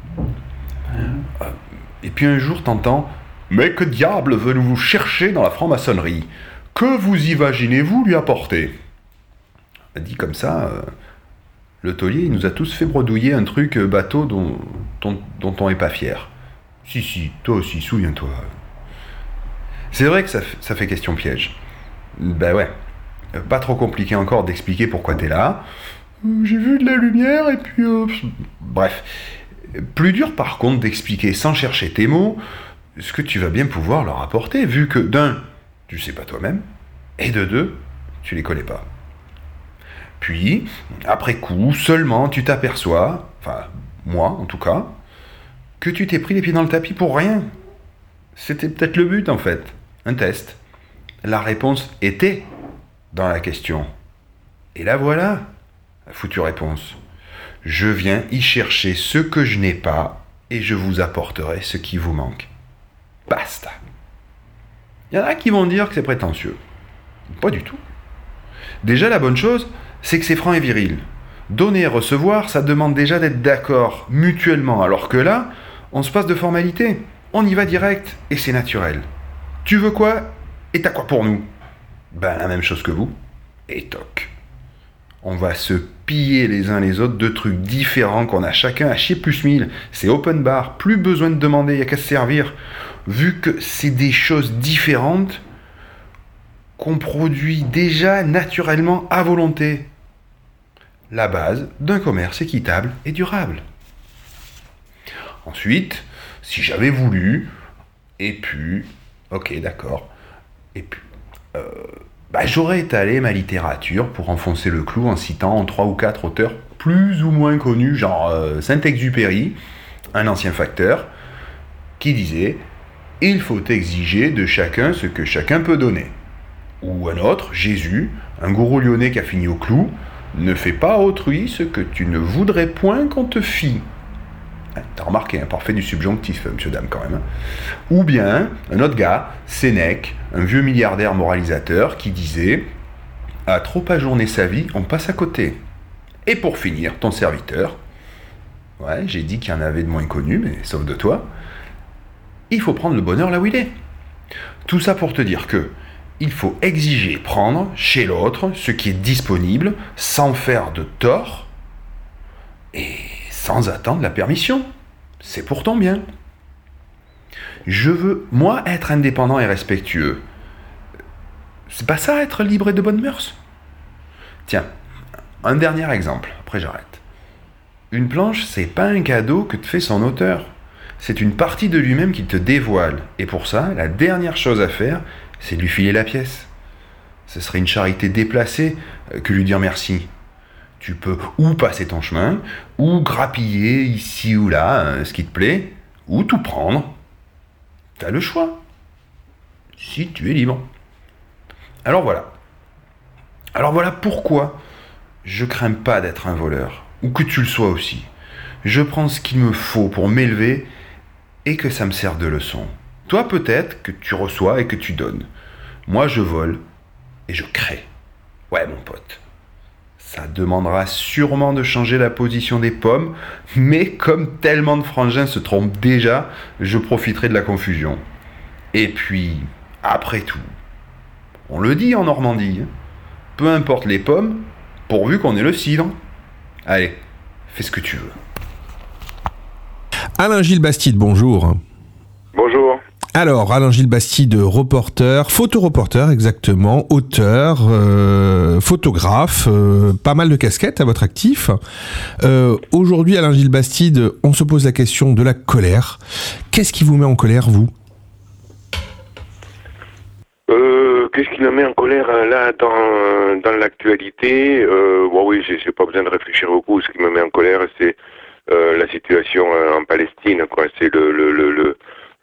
Et puis un jour, t'entends « Mais que diable venez-vous chercher dans la franc-maçonnerie ? Que vous imaginez-vous lui apporter ?» Dit comme ça, le taulier, il nous a tous fait bredouiller un truc bateau dont on n'est pas fier. Si, toi aussi, souviens-toi. C'est vrai que ça fait question piège. Ben ouais, pas trop compliqué encore d'expliquer pourquoi t'es là. J'ai vu de la lumière et puis... Bref. Plus dur par contre d'expliquer sans chercher tes mots ce que tu vas bien pouvoir leur apporter, vu que d'un, tu sais pas toi-même, et de deux, tu les connais pas. Puis, après coup, seulement tu t'aperçois, enfin, moi en tout cas, que tu t'es pris les pieds dans le tapis pour rien. C'était peut-être le but en fait, un test. La réponse était dans la question. Et là voilà, la foutue réponse. Je viens y chercher ce que je n'ai pas et je vous apporterai ce qui vous manque. Basta. Il y en a qui vont dire que c'est prétentieux. Pas du tout. Déjà, la bonne chose, c'est que c'est franc et viril. Donner et recevoir, ça demande déjà d'être d'accord mutuellement, alors que là, on se passe de formalité. On y va direct et c'est naturel. Tu veux quoi et t'as quoi pour nous ? Ben, la même chose que vous. Et toc. On va se piller les uns les autres de trucs différents qu'on a chacun à chier plus 1000. C'est open bar, plus besoin de demander, il n'y a qu'à se servir. Vu que c'est des choses différentes qu'on produit déjà naturellement à volonté. La base d'un commerce équitable et durable. Ensuite, si j'avais voulu, et puis, ok d'accord, et puis, j'aurais étalé ma littérature pour enfoncer le clou en citant 3 ou 4 auteurs plus ou moins connus, genre Saint-Exupéry, un ancien facteur, qui disait « Il faut exiger de chacun ce que chacun peut donner ». Ou un autre, Jésus, un gourou lyonnais qui a fini au clou, ne fais pas à autrui ce que tu ne voudrais point qu'on te fît. T'as remarqué, parfait du subjonctif, monsieur dame, quand même. Ou bien, un autre gars, Sénèque, un vieux milliardaire moralisateur, qui disait « À trop ajourner sa vie, on passe à côté. » Et pour finir, ton serviteur, ouais, j'ai dit qu'il y en avait de moins connus, mais sauf de toi, il faut prendre le bonheur là où il est. Tout ça pour te dire que il faut exiger prendre chez l'autre ce qui est disponible sans faire de tort et sans attendre la permission. C'est pour ton bien. Je veux, moi, être indépendant et respectueux. C'est pas ça, être libre et de bonnes mœurs? Tiens, un dernier exemple, après j'arrête. Une planche, c'est pas un cadeau que te fait son auteur. C'est une partie de lui-même qui te dévoile. Et pour ça, la dernière chose à faire, c'est de lui filer la pièce. Ce serait une charité déplacée que lui dire merci. Tu peux ou passer ton chemin, ou grappiller ici ou là ce qui te plaît, ou tout prendre. T'as le choix. Si tu es libre. Alors voilà pourquoi je crains pas d'être un voleur, ou que tu le sois aussi. Je prends ce qu'il me faut pour m'élever et que ça me serve de leçon. Toi peut-être que tu reçois et que tu donnes. Moi je vole et je crée. Ouais mon pote. Ça demandera sûrement de changer la position des pommes, mais comme tellement de frangins se trompent déjà, je profiterai de la confusion. Et puis, après tout, on le dit en Normandie, peu importe les pommes, pourvu qu'on ait le cidre. Allez, fais ce que tu veux. Alain-Gilles Bastide, bonjour. Bonjour. Alors, Alain-Gilles Bastide, reporter, photoreporter exactement, auteur, photographe, pas mal de casquettes à votre actif. Aujourd'hui, Alain-Gilles Bastide, on se pose la question de la colère. Qu'est-ce qui vous met en colère, vous ? Qu'est-ce qui me met en colère là dans l'actualité? Bon oui, j'ai pas besoin de réfléchir beaucoup. Ce qui me met en colère, c'est la situation en Palestine, quoi. C'est le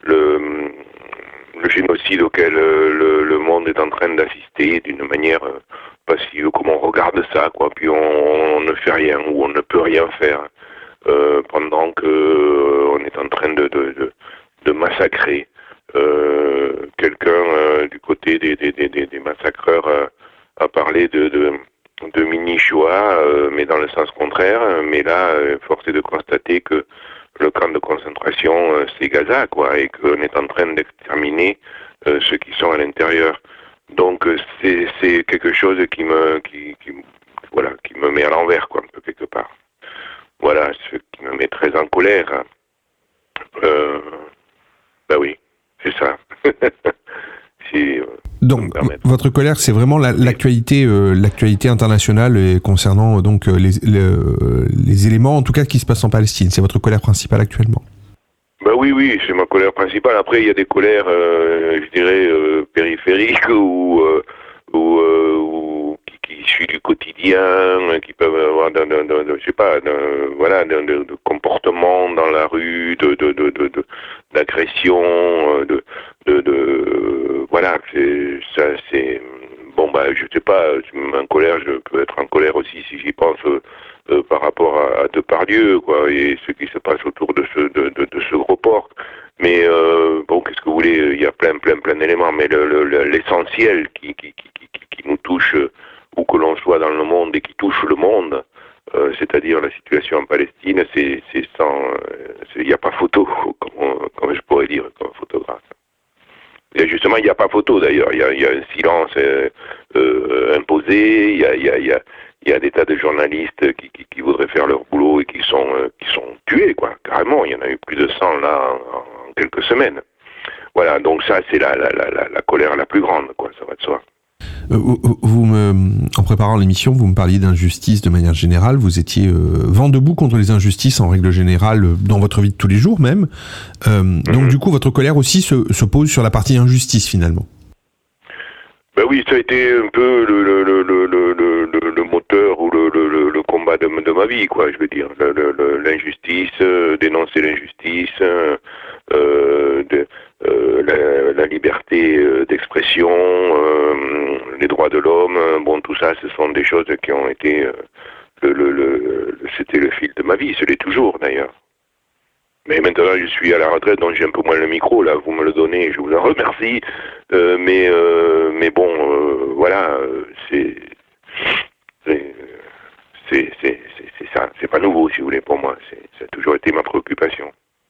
génocide auquel le monde est en train d'assister d'une manière passive, comme on regarde ça, quoi. Puis on ne fait rien ou on ne peut rien faire pendant que on est en train de massacrer. Quelqu'un du côté des massacreurs a parlé de mini-Shoah, mais dans le sens contraire. Mais là, force est de constater que le camp de concentration, c'est Gaza, quoi, et qu'on est en train d'exterminer ceux qui sont à l'intérieur. Donc c'est quelque chose qui me met à l'envers, quoi, un peu quelque part. Voilà, ce qui me met très en colère. Bah oui, c'est ça. Donc, votre colère, c'est vraiment l'actualité internationale concernant donc les éléments, en tout cas, qui se passent en Palestine. C'est votre colère principale actuellement. Bah oui, c'est ma colère principale. Après, il y a des colères, je dirais, périphériques ou qui issues du quotidien, qui peuvent avoir de comportement dans la rue, d'agression, voilà, c'est bon, bah je sais pas, en colère, je peux être en colère aussi si j'y pense par rapport à Depardieu, quoi, et ce qui se passe autour de ce gros porc. Mais bon, qu'est-ce que vous voulez, il y a plein d'éléments, mais l'essentiel qui nous touche, où que l'on soit dans le monde et qui touche le monde, c'est-à-dire la situation en Palestine, c'est sans, il n'y a pas photo, comme je pourrais dire, comme photographe. Et justement, il n'y a pas photo d'ailleurs. Il y a un silence imposé. Il y a des tas de journalistes qui voudraient faire leur boulot et qui sont tués, quoi. Carrément, il y en a eu plus de 100 là en quelques semaines. Voilà, donc ça c'est la colère la plus grande, quoi. Ça va de soi. En préparant l'émission, vous me parliez d'injustice de manière générale. Vous étiez vent debout contre les injustices en règle générale dans votre vie de tous les jours même. Donc du coup, votre colère aussi se pose sur la partie injustice finalement. Ben oui, ça a été un peu le moteur ou le combat de ma vie, quoi. Je veux dire, l'injustice, dénoncer l'injustice. La liberté d'expression, de l'homme, bon, tout ça, ce sont des choses qui ont été... c'était le fil de ma vie, ce l'est toujours d'ailleurs. Mais maintenant, je suis à la retraite, donc j'ai un peu moins le micro, là, vous me le donnez, je vous en remercie. Mais bon, voilà, c'est ça, c'est pas nouveau, si vous voulez, pour moi. Ça a toujours été ma préoccupation.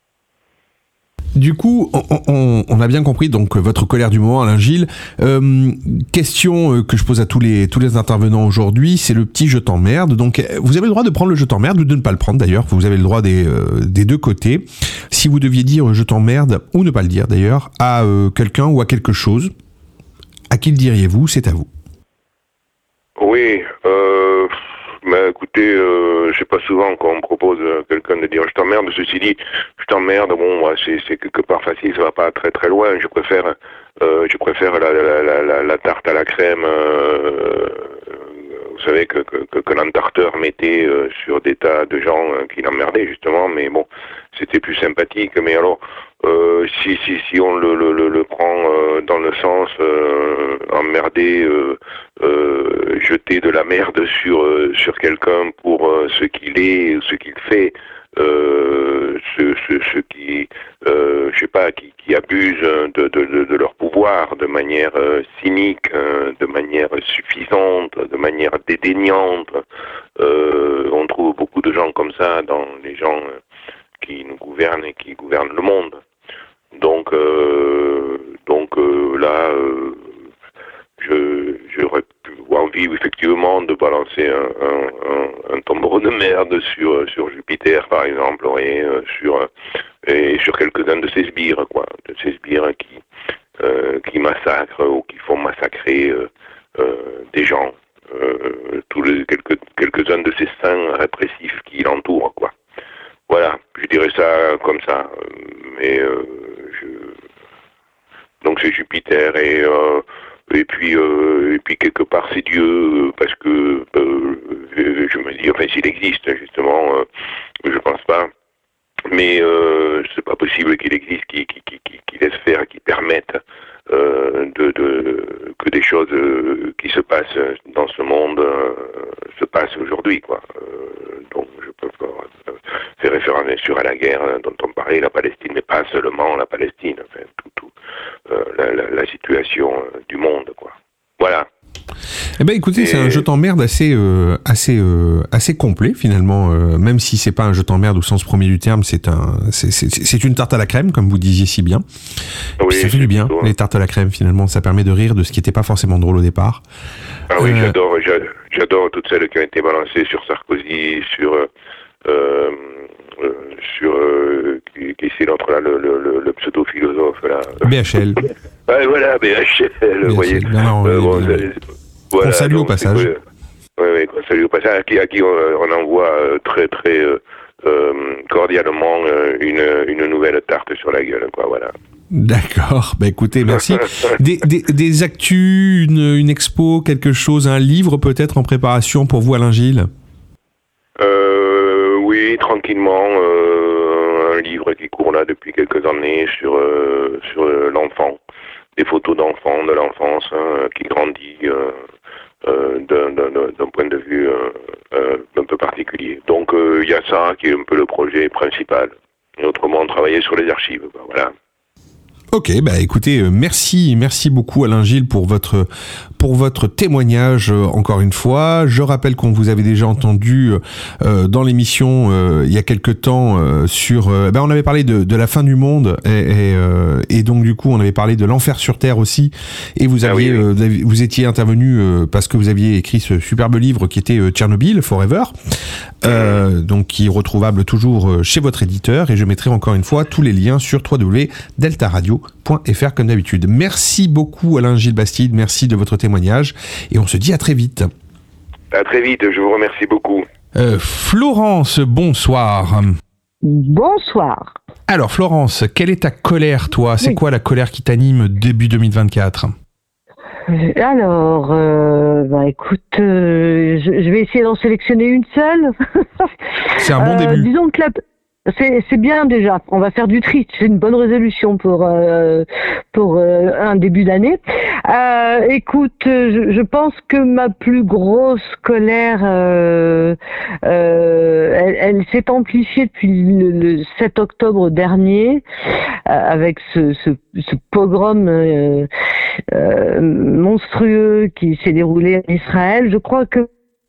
Du coup, on a bien compris donc votre colère du moment, Alain Gilles. Question que je pose à tous les intervenants aujourd'hui, c'est le petit je t'emmerde. Donc, vous avez le droit de prendre le je t'emmerde ou de ne pas le prendre d'ailleurs. Vous avez le droit des deux côtés. Si vous deviez dire je t'emmerde ou ne pas le dire d'ailleurs à quelqu'un ou à quelque chose, à qui le diriez-vous? C'est à vous. Oui. Mais écoutez, c'est pas souvent qu'on me propose quelqu'un de dire je t'emmerde. Ceci dit, je t'emmerde, bon, c'est quelque part facile, ça va pas très très loin. Je préfère la tarte à la crème. Vous savez que l'entarteur mettait sur des tas de gens qui l'emmerdaient justement, mais bon, c'était plus sympathique. Mais alors, si on le prend dans le sens emmerder, jeter de la merde sur quelqu'un pour ce qu'il est, ce qu'il fait, ceux qui, je sais pas, qui abusent de leur pouvoir de manière cynique, de manière suffisante, de manière dédaignante. On trouve beaucoup de gens comme ça dans les gens qui nous gouvernent et qui gouvernent le monde. Donc là, j'aurais envie effectivement de balancer un tombereau de merde sur Jupiter par exemple, et sur quelques-uns de ces sbires, quoi, de ces sbires qui massacrent ou qui font massacrer des gens, quelques-uns de ces saints répressifs qui l'entourent, quoi. Voilà, je dirais ça comme ça, mais donc c'est Jupiter et puis quelque part c'est Dieu, parce que je me dis, enfin s'il existe justement, je pense pas, mais c'est pas possible qu'il existe, qui laisse faire, qui permette que des choses qui se passent dans ce monde se passent aujourd'hui, quoi. Donc je peux faire référence bien sûr à la guerre dont on parlait, la Palestine, mais pas seulement la Palestine, enfin la situation du monde, quoi. Voilà. Eh ben écoutez, c'est un je t'emmerde assez complet finalement, même si c'est pas un je t'emmerde au sens premier du terme, c'est une tarte à la crème comme vous disiez si bien. Oui, puis ça fait du bien, les tartes à la crème finalement, ça permet de rire de ce qui n'était pas forcément drôle au départ. Ah oui, j'adore toutes celles qui ont été balancées sur Sarkozy, qui c'est l'autre là, le pseudo-philosophe là. BHL. Ah, voilà, BHL, vous voyez. Voilà, on salue au passage. Oui, on salue au passage, à qui on envoie très très cordialement une nouvelle tarte sur la gueule, quoi, voilà. D'accord, bah écoutez, merci. Des actus, une expo, quelque chose, un livre peut-être en préparation pour vous, Alain Gilles? Oui, tranquillement, un livre qui court là depuis quelques années sur l'enfant, des photos d'enfants, de l'enfance qui grandit d'un point de vue un peu particulier. Donc il y a ça qui est un peu le projet principal. Et autrement, travailler sur les archives, voilà. Ok, bah écoutez, merci beaucoup Alain Gilles pour votre témoignage encore une fois. Je rappelle qu'on vous avait déjà entendu dans l'émission il y a quelque temps sur, on avait parlé de la fin du monde et donc du coup on avait parlé de l'enfer sur Terre aussi, et vous aviez vous étiez intervenu parce que vous aviez écrit ce superbe livre qui était Tchernobyl Forever, donc qui est retrouvable toujours chez votre éditeur, et je mettrai encore une fois tous les liens sur www.deltaradio.fr comme d'habitude. Merci beaucoup Alain Gilles Bastide, merci de votre témoignage et on se dit à très vite. À très vite, je vous remercie beaucoup. Florence, bonsoir. Bonsoir. Alors Florence, quelle est ta colère toi? C'est quoi la colère qui t'anime début 2024? Alors, écoute, je vais essayer d'en sélectionner une seule. C'est un bon début. Disons que C'est bien déjà. On va faire du tri. C'est une bonne résolution pour un début d'année. Écoute, je pense que ma plus grosse colère, elle s'est amplifiée depuis le 7 octobre dernier, avec ce pogrom monstrueux qui s'est déroulé en Israël. Je crois que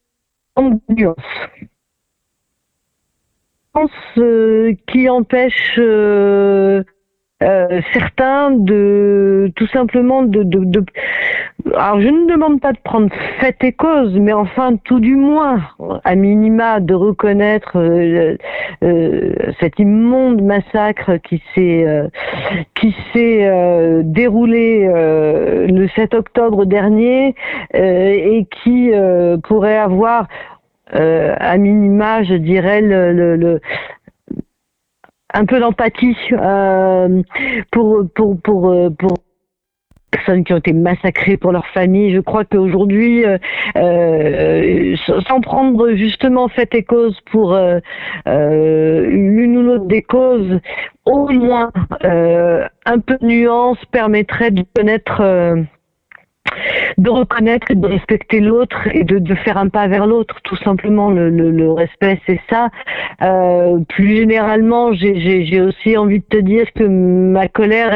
qui empêche certains de tout simplement alors je ne demande pas de prendre fait et cause, mais enfin tout du moins à minima de reconnaître cet immonde massacre qui s'est déroulé le 7 octobre dernier et qui pourrait avoir à minima, je dirais, un peu d'empathie pour personnes qui ont été massacrées, pour leur famille. Je crois qu'aujourd'hui, sans prendre justement fait et cause pour l'une ou l'autre des causes, au moins un peu de nuance permettrait de reconnaître et de respecter l'autre et de faire un pas vers l'autre, tout simplement. Le respect, c'est ça. Plus généralement, j'ai aussi envie de te dire que ma colère,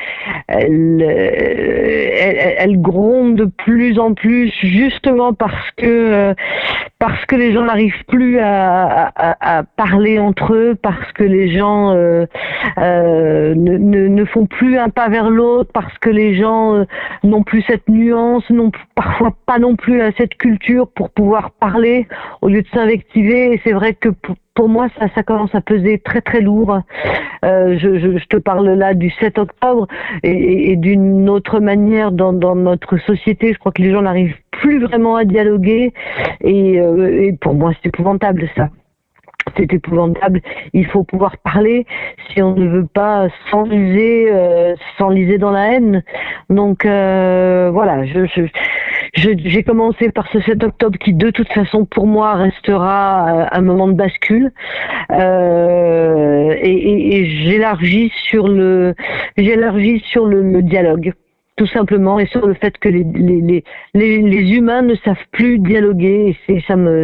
elle gronde de plus en plus, justement parce que les gens n'arrivent plus à parler entre eux, parce que les gens ne font plus un pas vers l'autre, parce que les gens n'ont plus cette nuance, n'ont parfois pas non plus cette culture pour pouvoir parler au lieu de s'invectiver. Et c'est vrai que pour moi, ça commence à peser très très lourd. Je te parle là du 7 octobre et d'une autre manière dans notre société. Je crois que les gens n'arrivent plus vraiment à dialoguer et pour moi, c'est épouvantable ça. C'est épouvantable. Il faut pouvoir parler si on ne veut pas s'enliser dans la haine. Donc voilà, j'ai commencé par ce 7 octobre qui de toute façon pour moi restera un moment de bascule et j'élargis sur le dialogue. Tout simplement, et sur le fait que les humains ne savent plus dialoguer, et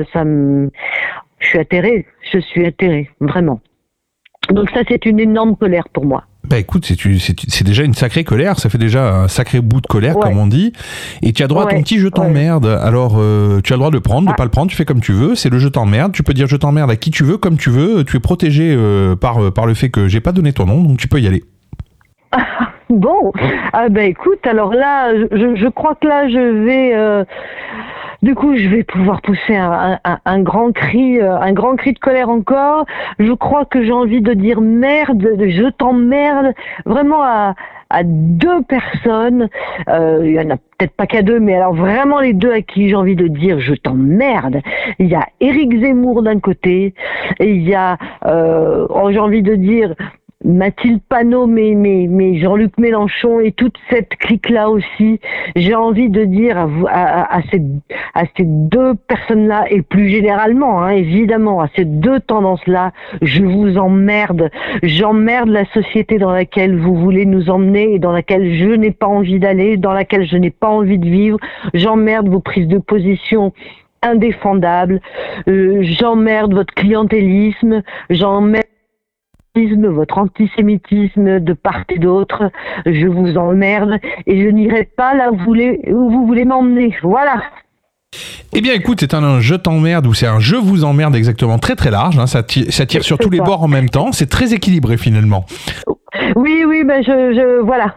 je suis atterrée, vraiment. Donc ça, c'est une énorme colère pour moi. Bah écoute, c'est déjà une sacrée colère, ça fait déjà un sacré bout de colère, comme on dit, et tu as droit à ton petit je t'emmerde. Alors, tu as le droit de le prendre, de pas le prendre, tu fais comme tu veux, c'est le je t'emmerde, tu peux dire je t'emmerde à qui tu veux, comme tu veux, tu es protégé par le fait que j'ai pas donné ton nom, donc tu peux y aller. Bon, écoute, alors là, je crois que là, je vais pouvoir pousser un grand cri de colère encore. Je crois que j'ai envie de dire merde, je t'emmerde, vraiment à deux personnes. Il y en a peut-être pas qu'à deux, mais alors vraiment les deux à qui j'ai envie de dire je t'emmerde. Il y a Éric Zemmour d'un côté, et il y a, j'ai envie de dire Mathilde Panot, mais Jean-Luc Mélenchon et toute cette clique-là aussi. J'ai envie de dire à ces deux personnes-là, et plus généralement, évidemment, à ces deux tendances-là, je vous emmerde. J'emmerde la société dans laquelle vous voulez nous emmener et dans laquelle je n'ai pas envie d'aller, dans laquelle je n'ai pas envie de vivre. J'emmerde vos prises de position indéfendables. J'emmerde votre clientélisme. J'emmerde votre antisémitisme de part et d'autre. Je vous emmerde et je n'irai pas là où vous voulez m'emmener. Voilà. Eh bien écoute, c'est un je t'emmerde ou c'est un je vous emmerde exactement, très très large, ça tire sur tous les bords en même temps, c'est très équilibré finalement. Oui, voilà.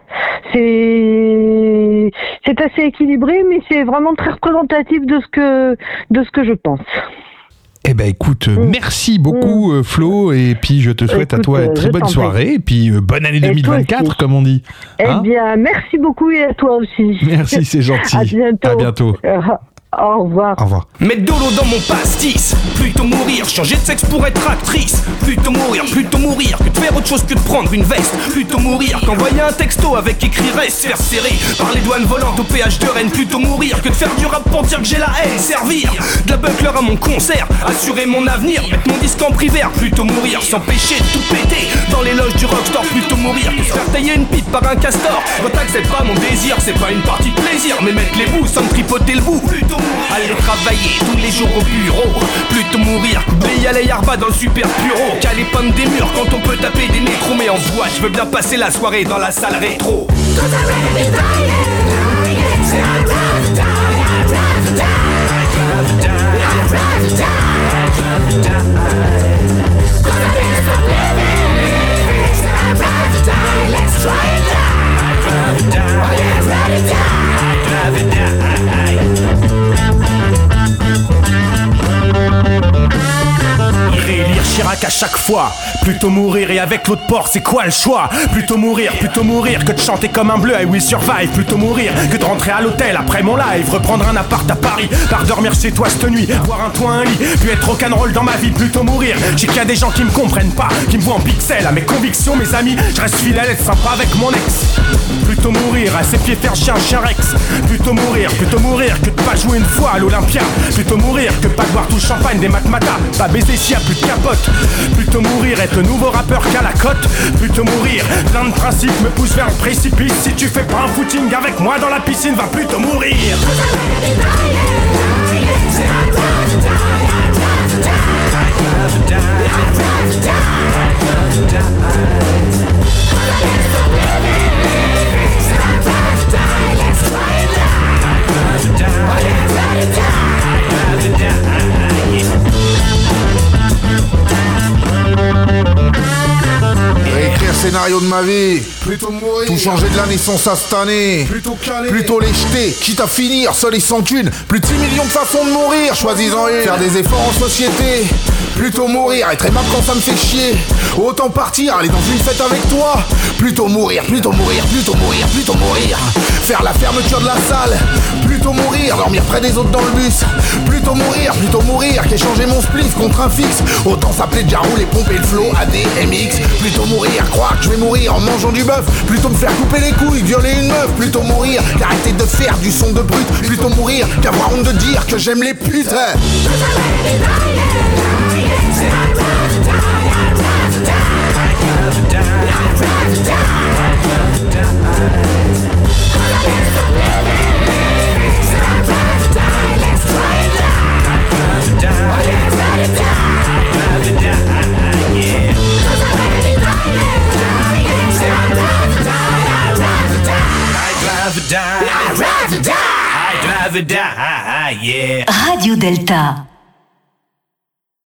C'est assez équilibré, mais c'est vraiment très représentatif de ce que je pense. Eh ben écoute, merci beaucoup Flo, et puis je te souhaite à toi une très bonne soirée, et puis bonne année 2024 comme on dit. Eh bien, merci beaucoup et à toi aussi. Merci, c'est gentil. À bientôt. À bientôt. Au revoir. Au revoir. Mettre de l'eau dans mon pastis, plutôt mourir, changer de sexe pour être actrice, plutôt mourir que de faire autre chose que de prendre une veste, plutôt mourir qu'envoyer un texto avec écrit reste, faire serrer par les douanes volantes au péage de Rennes, plutôt mourir que de faire du rap pour dire que j'ai la haine, servir de la buckler à mon concert, assurer mon avenir, mettre mon disque en privaire, plutôt mourir, s'empêcher de tout péter dans les loges du rockstar, plutôt mourir que se faire tailler une pipe par un castor, quand t'acceptes pas mon désir, c'est pas une partie de plaisir, mais mettre les bouts sans me tripoter le bout, plutôt aller travailler tous les jours au bureau, plutôt mourir qu'oublier les yarba dans le super bureau, qu'aller peindre des murs quand on peut taper des métros, mais en bois je veux bien passer la soirée dans la salle rétro. Réélire Chirac à chaque fois, plutôt mourir et avec l'eau de porc, c'est quoi le choix? Plutôt mourir que de chanter comme un bleu I Will Survive, plutôt mourir que de rentrer à l'hôtel après mon live, reprendre un appart à Paris, par dormir chez toi cette nuit, avoir un toit, un lit, puis être rock'n'roll dans ma vie, plutôt mourir. J'ai qu'il y a des gens qui me comprennent pas, qui me voient en pixels, à mes convictions, mes amis, je reste fidèle, être sympa avec mon ex. Plutôt mourir, à ses pieds faire chien Rex, plutôt mourir que de pas jouer une fois à l'Olympia, plutôt mourir que de pas boire tout le champagne des matmatas, pas baiser s'il y a plus de capote, plutôt mourir être le nouveau rappeur qu'à la cote, plutôt mourir, plein de principes me poussent vers le précipice, si tu fais pas un footing avec moi dans la piscine, va plutôt mourir. Réécrire le scénario de ma vie, plutôt mourir, tout changer de la naissance à cette année, plutôt les jeter, quitte à finir seul et sans thune, plus de 6 millions de façons de mourir, choisis-en une, faire des efforts en société, plutôt mourir, être aimable quand ça me fait chier, autant partir, aller dans une fête avec toi, plutôt mourir, faire la fermeture de la salle, plutôt mourir, dormir près des autres dans le bus, plutôt mourir, qu'échanger mon spliff contre un fixe, autant s'appeler Jarou et pomper le flow ADMX, plutôt mourir, croire que je vais mourir en mangeant du bœuf, plutôt me faire couper les couilles, violer une meuf, plutôt mourir, qu'arrêter de faire du son de brut, plutôt mourir, qu'avoir honte de dire que j'aime les putes. Radio Delta.